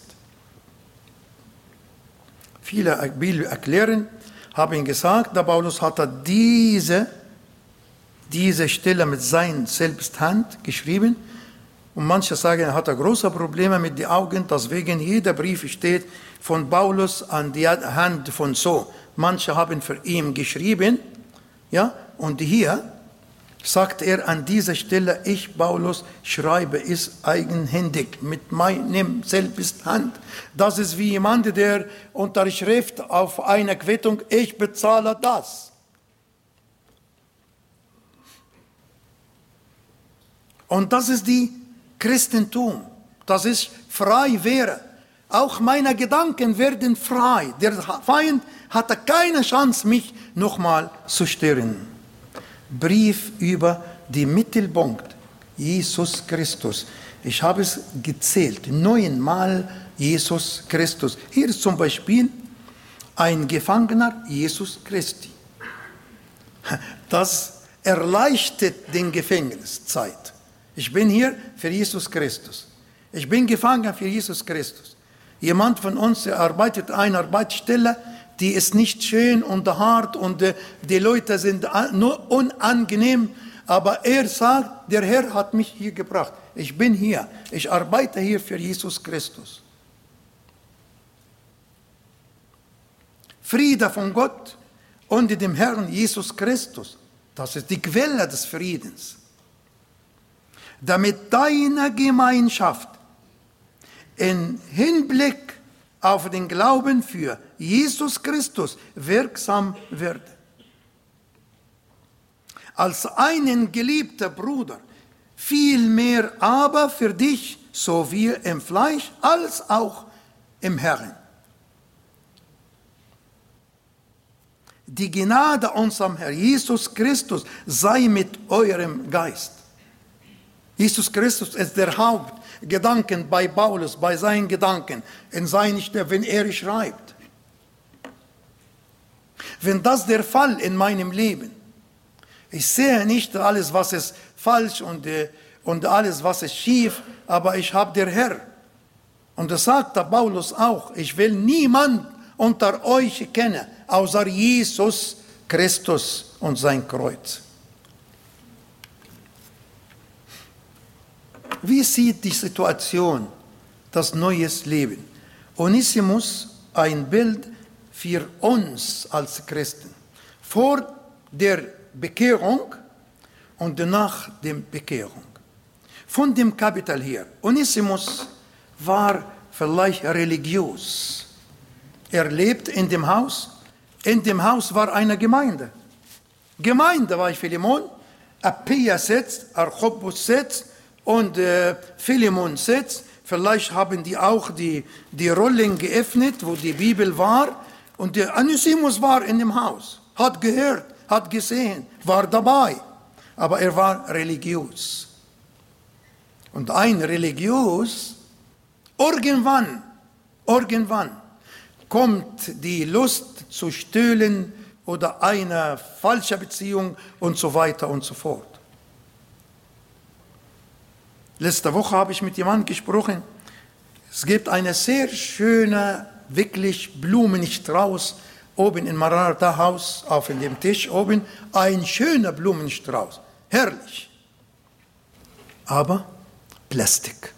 Speaker 3: Viele Bibel erklären, haben gesagt, der Paulus hatte diese, diese Stelle mit seiner Selbsthand geschrieben. Und manche sagen, er hatte große Probleme mit den Augen, deswegen jeder Brief steht von Paulus an die Hand von so. Manche haben für ihn geschrieben, ja, und hier sagt er an dieser Stelle, ich, Paulus, schreibe es eigenhändig mit meinem Selbsthand. Das ist wie jemand, der unterschreibt auf einer Quittung, ich bezahle das. Und das ist die Christentum, das ist frei wäre. Auch meine Gedanken werden frei. Der Feind hatte keine Chance, mich nochmal zu stören. Brief über die Mittelpunkt, Jesus Christus. Ich habe es gezählt, neunmal Jesus Christus. Hier ist zum Beispiel ein Gefangener Jesus Christi. Das erleichtert die Gefängniszeit. Ich bin hier für Jesus Christus. Ich bin gefangen für Jesus Christus. Jemand von uns der arbeitet an einer Arbeitsstelle, die ist nicht schön und hart und äh, die Leute sind nur unangenehm, aber er sagt, der Herr hat mich hier gebracht. Ich bin hier, ich arbeite hier für Jesus Christus. Friede von Gott und dem Herrn Jesus Christus, das ist die Quelle des Friedens. Damit deine Gemeinschaft im Hinblick auf den Glauben für Jesus Christus wirksam wird. Als einen geliebten Bruder, vielmehr aber für dich, sowohl im Fleisch als auch im Herrn. Die Gnade unserem Herrn Jesus Christus sei mit eurem Geist. Jesus Christus ist der Hauptgedanke bei Paulus, bei seinen Gedanken, in seinen, wenn er schreibt. Wenn das der Fall in meinem Leben, ich sehe nicht alles, was ist falsch und, und alles, was ist schief, aber ich habe der Herr. Und das sagt der Paulus auch, ich will niemand unter euch kennen, außer Jesus Christus und sein Kreuz. Wie sieht die Situation, das neue Leben? Onesimus, ein Bild für uns als Christen. Vor der Bekehrung und nach der Bekehrung. Von dem Kapitel her. Onesimus war vielleicht religiös. Er lebt in dem Haus. In dem Haus war eine Gemeinde. Gemeinde war Philemon. Apphia sitzt, Archippus sitzt und äh, Philemon sitzt. Vielleicht haben die auch die, die Rollen geöffnet, wo die Bibel war. Und der Onesimus war in dem Haus, hat gehört, hat gesehen, war dabei. Aber er war religiös. Und ein religiös, irgendwann, irgendwann kommt die Lust zu stehlen oder eine falsche Beziehung und so weiter und so fort. Letzte Woche habe ich mit jemandem gesprochen. Es gibt eine sehr schöne, wirklich Blumenstrauß oben im Maranatha-Haus, auf dem Tisch oben. Ein schöner Blumenstrauß. Herrlich. Aber Plastik.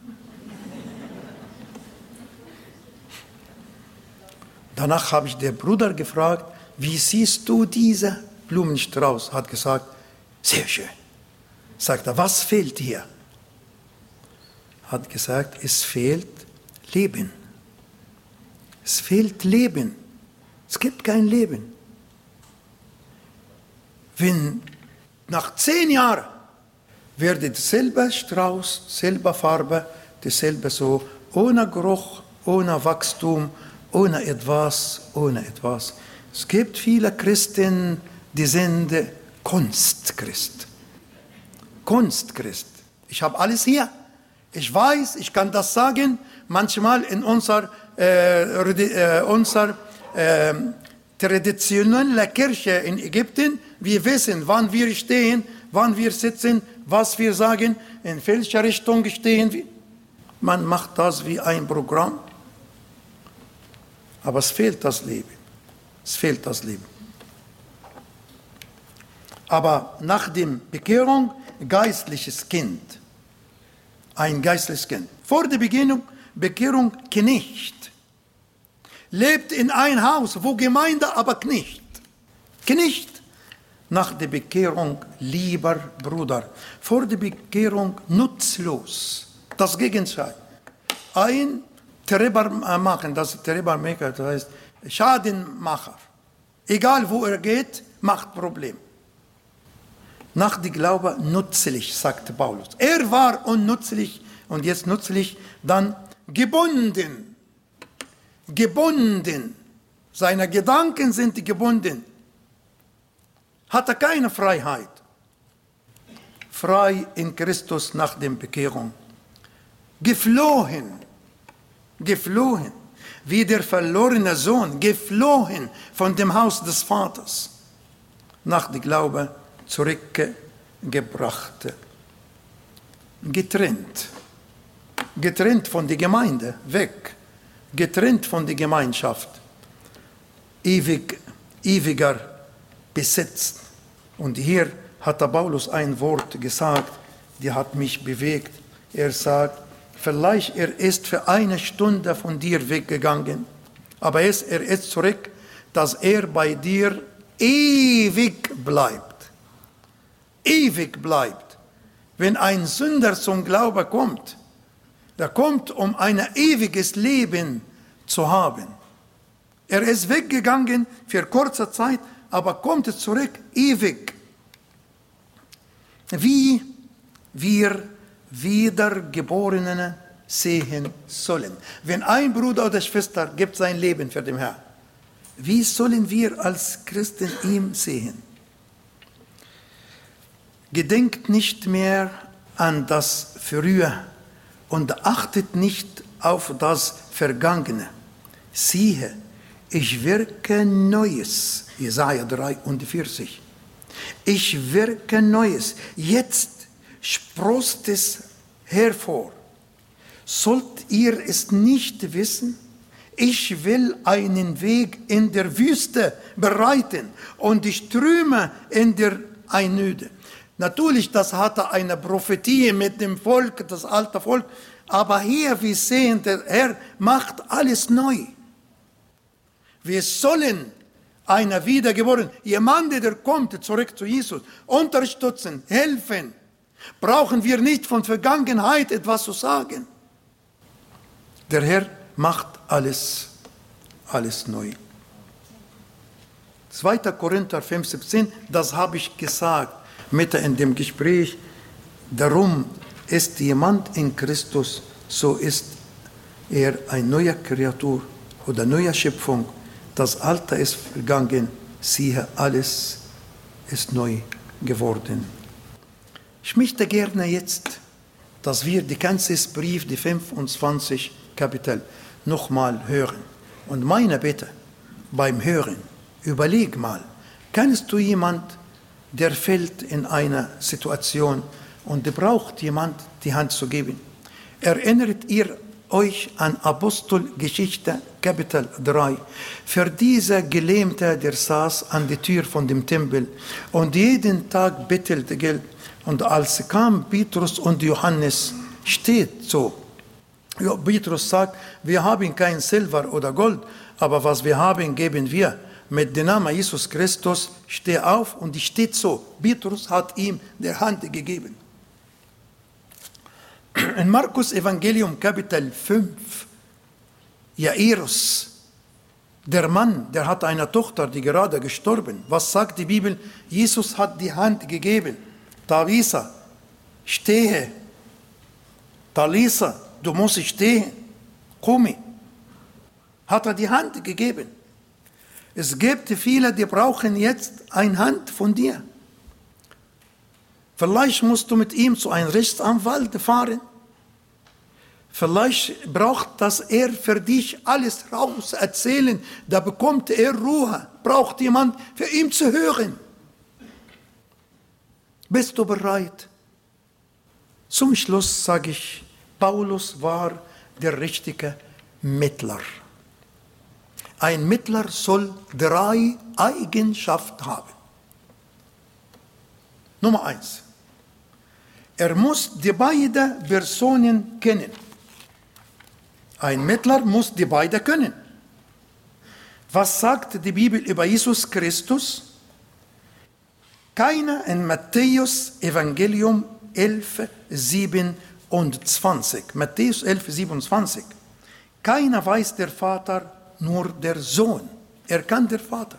Speaker 3: Danach habe ich den Bruder gefragt, wie siehst du diesen Blumenstrauß? Hat gesagt, sehr schön. Sagt er, was fehlt hier? Hat gesagt, es fehlt Leben. Es fehlt Leben. Es gibt kein Leben. Wenn nach zehn Jahren werde derselbe Strauß, selbe Farbe, dasselbe so, ohne Geruch, ohne Wachstum, ohne etwas, ohne etwas. Es gibt viele Christen, die sind Kunstchrist. Kunstchrist. Ich habe alles hier. Ich weiß, ich kann das sagen. Manchmal in unserer, äh, unserer äh, traditionellen Kirche in Ägypten, wir wissen, wann wir stehen, wann wir sitzen, was wir sagen, in welcher Richtung stehen wir. Man macht das wie ein Programm. Aber es fehlt das Leben. Es fehlt das Leben. Aber nach der Bekehrung, geistliches Kind. Ein geistliches Kind. Vor der Begegnung, Bekehrung Knecht. Lebt in ein Haus, wo Gemeinde, aber Knecht. Knecht. Nach der Bekehrung lieber Bruder. Vor der Bekehrung nutzlos. Das Gegenteil. Ein Treiber machen, das Treibermacher, das heißt Schadenmacher. Egal wo er geht, macht Problem. Nach dem Glaube nützlich, sagte Paulus. Er war unnützlich und jetzt nützlich, dann gebunden. Gebunden. Seine Gedanken sind gebunden. Hatte keine Freiheit. Frei in Christus nach der Bekehrung. Geflohen. Geflohen. Wie der verlorene Sohn. Geflohen von dem Haus des Vaters. Nach dem Glaube zurückgebracht. Getrennt. Getrennt von der Gemeinde. Weg. Getrennt von der Gemeinschaft. Ewig, ewiger Besitz. Und hier hat der Paulus ein Wort gesagt, die hat mich bewegt. Er sagt, vielleicht er ist für eine Stunde von dir weggegangen, aber er ist, er ist zurück, dass er bei dir ewig bleibt. Ewig bleibt. Wenn ein Sünder zum Glauben kommt, der kommt, um ein ewiges Leben zu haben. Er ist weggegangen für kurze Zeit, aber kommt zurück ewig. Wie wir Wiedergeborenen sehen sollen. Wenn ein Bruder oder Schwester gibt sein Leben für den Herrn, wie sollen wir als Christen ihn sehen? Gedenkt nicht mehr an das Frühe und achtet nicht auf das Vergangene. Siehe, ich wirke Neues. Jesaja dreiundvierzig. Ich wirke Neues. Jetzt sproßt es hervor. Sollt ihr es nicht wissen? Ich will einen Weg in der Wüste bereiten und die Ströme in der Einöde. Natürlich, das hatte eine Prophetie mit dem Volk, das alte Volk. Aber hier, wir sehen, der Herr macht alles neu. Wir sollen einer wiedergeboren, jemand, der kommt zurück zu Jesus, unterstützen, helfen. Brauchen wir nicht von Vergangenheit etwas zu sagen. Der Herr macht alles, alles neu. zweiter Korinther fünf, siebzehn, das habe ich gesagt, mitten in dem Gespräch. Darum ist jemand in Christus, so ist er eine neue Kreatur oder neue Schöpfung. Das Alte ist vergangen, siehe, alles ist neu geworden. Ich möchte gerne jetzt, dass wir die ganze Brief, die fünfundzwanzig Kapitel, nochmal hören. Und meine Bitte beim Hören, überleg mal, kennst du jemand, der fällt in eine Situation und braucht jemand, die Hand zu geben? Erinnert ihr euch an Apostelgeschichte, Kapitel drei. Für dieser Gelähmte, der saß an der Tür von dem Tempel und jeden Tag bettelte Geld. Und als kam Petrus und Johannes, steht so. Ja, Petrus sagt, wir haben kein Silber oder Gold, aber was wir haben, geben wir. Mit dem Namen Jesus Christus, steh auf, und es steht so. Petrus hat ihm die Hand gegeben. In Markus Evangelium Kapitel fünf, Jairus, der Mann, der hat eine Tochter, die gerade gestorben. Was sagt die Bibel? Jesus hat die Hand gegeben. Talisa, stehe. Talisa, du musst stehen. Komm. Hat er die Hand gegeben. Es gibt viele, die brauchen jetzt eine Hand von dir. Vielleicht musst du mit ihm zu einem Rechtsanwalt fahren. Vielleicht braucht das er für dich alles raus erzählen. Da bekommt er Ruhe. Braucht jemand für ihn zu hören. Bist du bereit? Zum Schluss sage ich, Paulus war der richtige Mittler. Ein Mittler soll drei Eigenschaften haben. Nummer eins. Er muss die beiden Personen kennen. Ein Mittler muss die beiden können. Was sagt die Bibel über Jesus Christus? Keiner in Matthäus Evangelium elf, siebenundzwanzig. Matthäus elf, siebenundzwanzig. Keiner weiß der Vater, nur der Sohn. Er kann der Vater.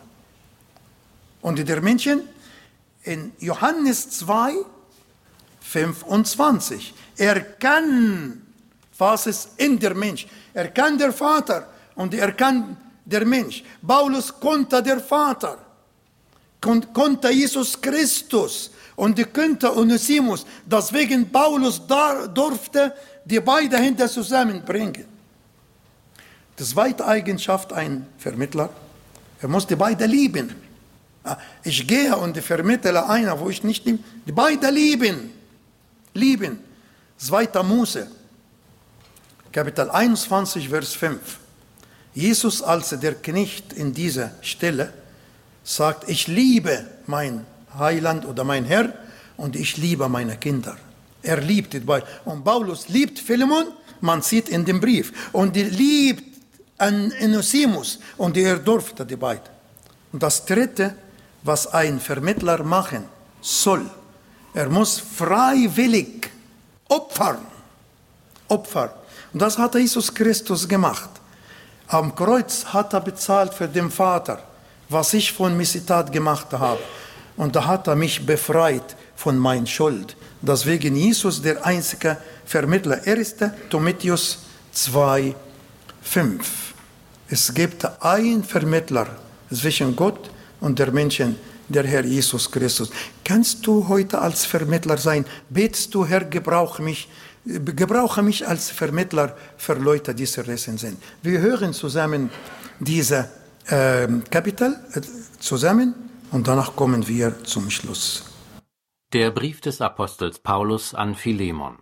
Speaker 3: Und der Menschen in Johannes zwei, fünfundzwanzig. Er kann, was ist in der Mensch? Er kann der Vater und er kann der Mensch. Paulus konnte der Vater, kon, konnte Jesus Christus und konnte Onesimus. Deswegen Paulus da, durfte die beiden hinter zusammenbringen. Die zweite Eigenschaft, ein Vermittler, er muss die beiden lieben. Ich gehe und vermittle einer, wo ich nicht liebe. Die beiden lieben. Lieben. zweiter Mose, Kapitel einundzwanzig, Vers fünf. Jesus als der Knecht in dieser Stelle sagt, ich liebe mein Heiland oder mein Herr und ich liebe meine Kinder. Er liebt die beiden. Und Paulus liebt Philemon, man sieht in dem Brief. Und er liebt Onesimus und er durfte die beiden. Und das Dritte, was ein Vermittler machen soll, er muss freiwillig opfern. Opfern. Und das hat Jesus Christus gemacht. Am Kreuz hat er bezahlt für den Vater, was ich von Missetat gemacht habe. Und da hat er mich befreit von meiner Schuld. Deswegen Jesus der einzige Vermittler. erster Timotheus zwei, fünf. Es gibt einen Vermittler zwischen Gott und der Menschen, der Herr Jesus Christus. Kannst du heute als Vermittler sein? Betest du, Herr, gebrauche mich, gebrauche mich als Vermittler für Leute, die zerrissen sind. Wir hören zusammen diese äh, Kapitel äh, zusammen und danach kommen wir zum Schluss.
Speaker 4: Der Brief des Apostels Paulus an Philemon.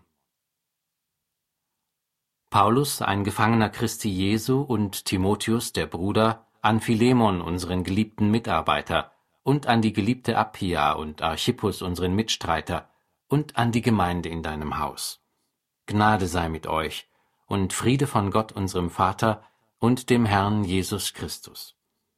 Speaker 4: Paulus, ein Gefangener Christi Jesu, und Timotheus, der Bruder, an Philemon, unseren geliebten Mitarbeiter, und an die geliebte Appia und Archippus, unseren Mitstreiter, und an die Gemeinde in deinem Haus. Gnade sei mit euch und Friede von Gott, unserem Vater, und dem Herrn Jesus Christus.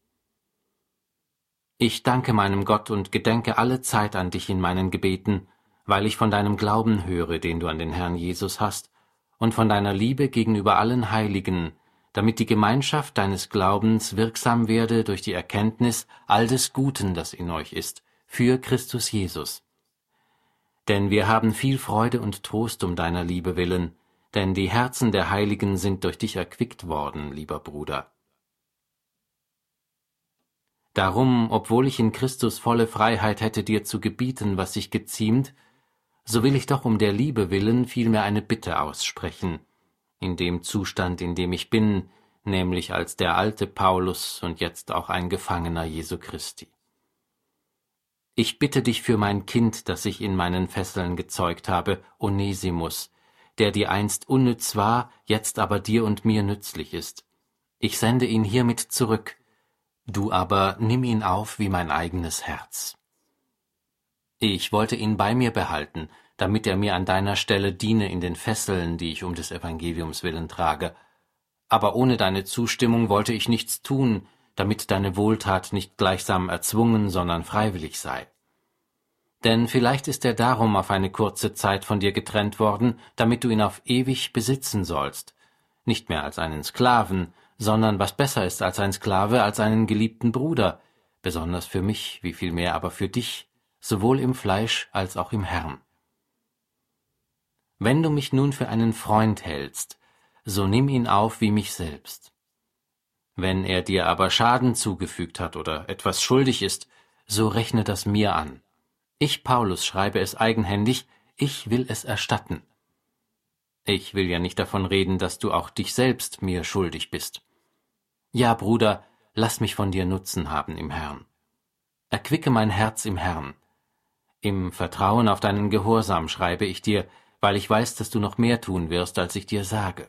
Speaker 4: Ich danke meinem Gott und gedenke alle Zeit an dich in meinen Gebeten, weil ich von deinem Glauben höre, den du an den Herrn Jesus hast, und von deiner Liebe gegenüber allen Heiligen, damit die Gemeinschaft deines Glaubens wirksam werde durch die Erkenntnis all des Guten, das in euch ist, für Christus Jesus. Denn wir haben viel Freude und Trost um deiner Liebe willen, denn die Herzen der Heiligen sind durch dich erquickt worden, lieber Bruder. Darum, obwohl ich in Christus volle Freiheit hätte, dir zu gebieten, was sich geziemt, so will ich doch um der Liebe willen vielmehr eine Bitte aussprechen, in dem Zustand, in dem ich bin, nämlich als der alte Paulus und jetzt auch ein Gefangener Jesu Christi. Ich bitte dich für mein Kind, das ich in meinen Fesseln gezeugt habe, Onesimus, der dir einst unnütz war, jetzt aber dir und mir nützlich ist. Ich sende ihn hiermit zurück, du aber nimm ihn auf wie mein eigenes Herz. Ich wollte ihn bei mir behalten, damit er mir an deiner Stelle diene in den Fesseln, die ich um des Evangeliums willen trage. Aber ohne deine Zustimmung wollte ich nichts tun, damit deine Wohltat nicht gleichsam erzwungen, sondern freiwillig sei. Denn vielleicht ist er darum auf eine kurze Zeit von dir getrennt worden, damit du ihn auf ewig besitzen sollst, nicht mehr als einen Sklaven, sondern, was besser ist als ein Sklave, als einen geliebten Bruder, besonders für mich, wie viel mehr aber für dich, sowohl im Fleisch als auch im Herrn. Wenn du mich nun für einen Freund hältst, so nimm ihn auf wie mich selbst. Wenn er dir aber Schaden zugefügt hat oder etwas schuldig ist, so rechne das mir an. Ich, Paulus, schreibe es eigenhändig, ich will es erstatten. Ich will ja nicht davon reden, dass du auch dich selbst mir schuldig bist. Ja, Bruder, lass mich von dir Nutzen haben im Herrn. Erquicke mein Herz im Herrn. Im Vertrauen auf deinen Gehorsam schreibe ich dir, weil ich weiß, dass du noch mehr tun wirst, als ich dir sage.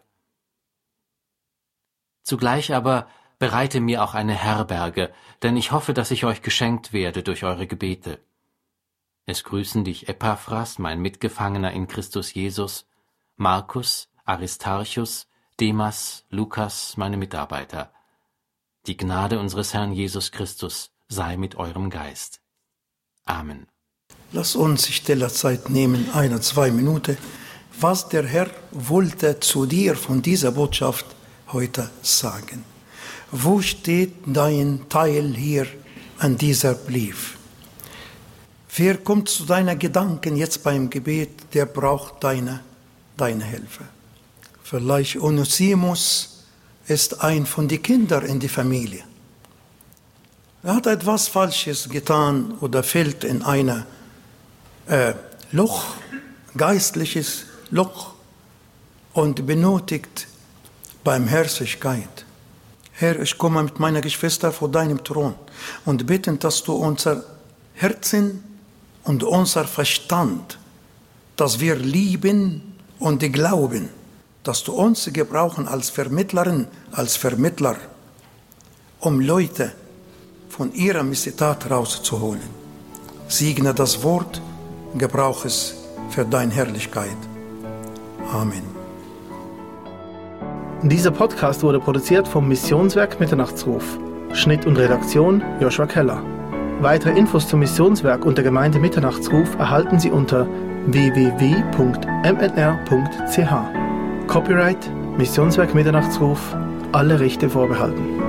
Speaker 4: Zugleich aber bereite mir auch eine Herberge, denn ich hoffe, dass ich euch geschenkt werde durch eure Gebete. Es grüßen dich Epaphras, mein Mitgefangener in Christus Jesus, Markus, Aristarchus, Demas, Lukas, meine Mitarbeiter. Die Gnade unseres Herrn Jesus Christus sei mit eurem Geist. Amen.
Speaker 3: Lass uns stille Zeit nehmen, eine, zwei Minuten, was der Herr wollte zu dir von dieser Botschaft heute sagen. Wo steht dein Teil hier an dieser Brief? Wer kommt zu deinen Gedanken jetzt beim Gebet, der braucht deine, deine Hilfe. Vielleicht Onesimus ist ein von den Kindern in der Familie. Er hat etwas Falsches getan oder fällt in ein äh, Loch, geistliches Loch und benötigt Barmherzigkeit. Herr, ich komme mit meiner Geschwister vor deinem Thron und bitten, dass du unser Herzen und unser Verstand, dass wir lieben und glauben, dass du uns gebrauchen als Vermittlerin, als Vermittler, um Leute von ihrer Missetat rauszuholen. Segne das Wort, gebrauche es für deine Herrlichkeit. Amen.
Speaker 1: Dieser Podcast wurde produziert vom Missionswerk Mitternachtsruf. Schnitt und Redaktion Joshua Keller. Weitere Infos zum Missionswerk und der Gemeinde Mitternachtsruf erhalten Sie unter w w w punkt m n r punkt c h. Copyright Missionswerk Mitternachtsruf, alle Rechte vorbehalten.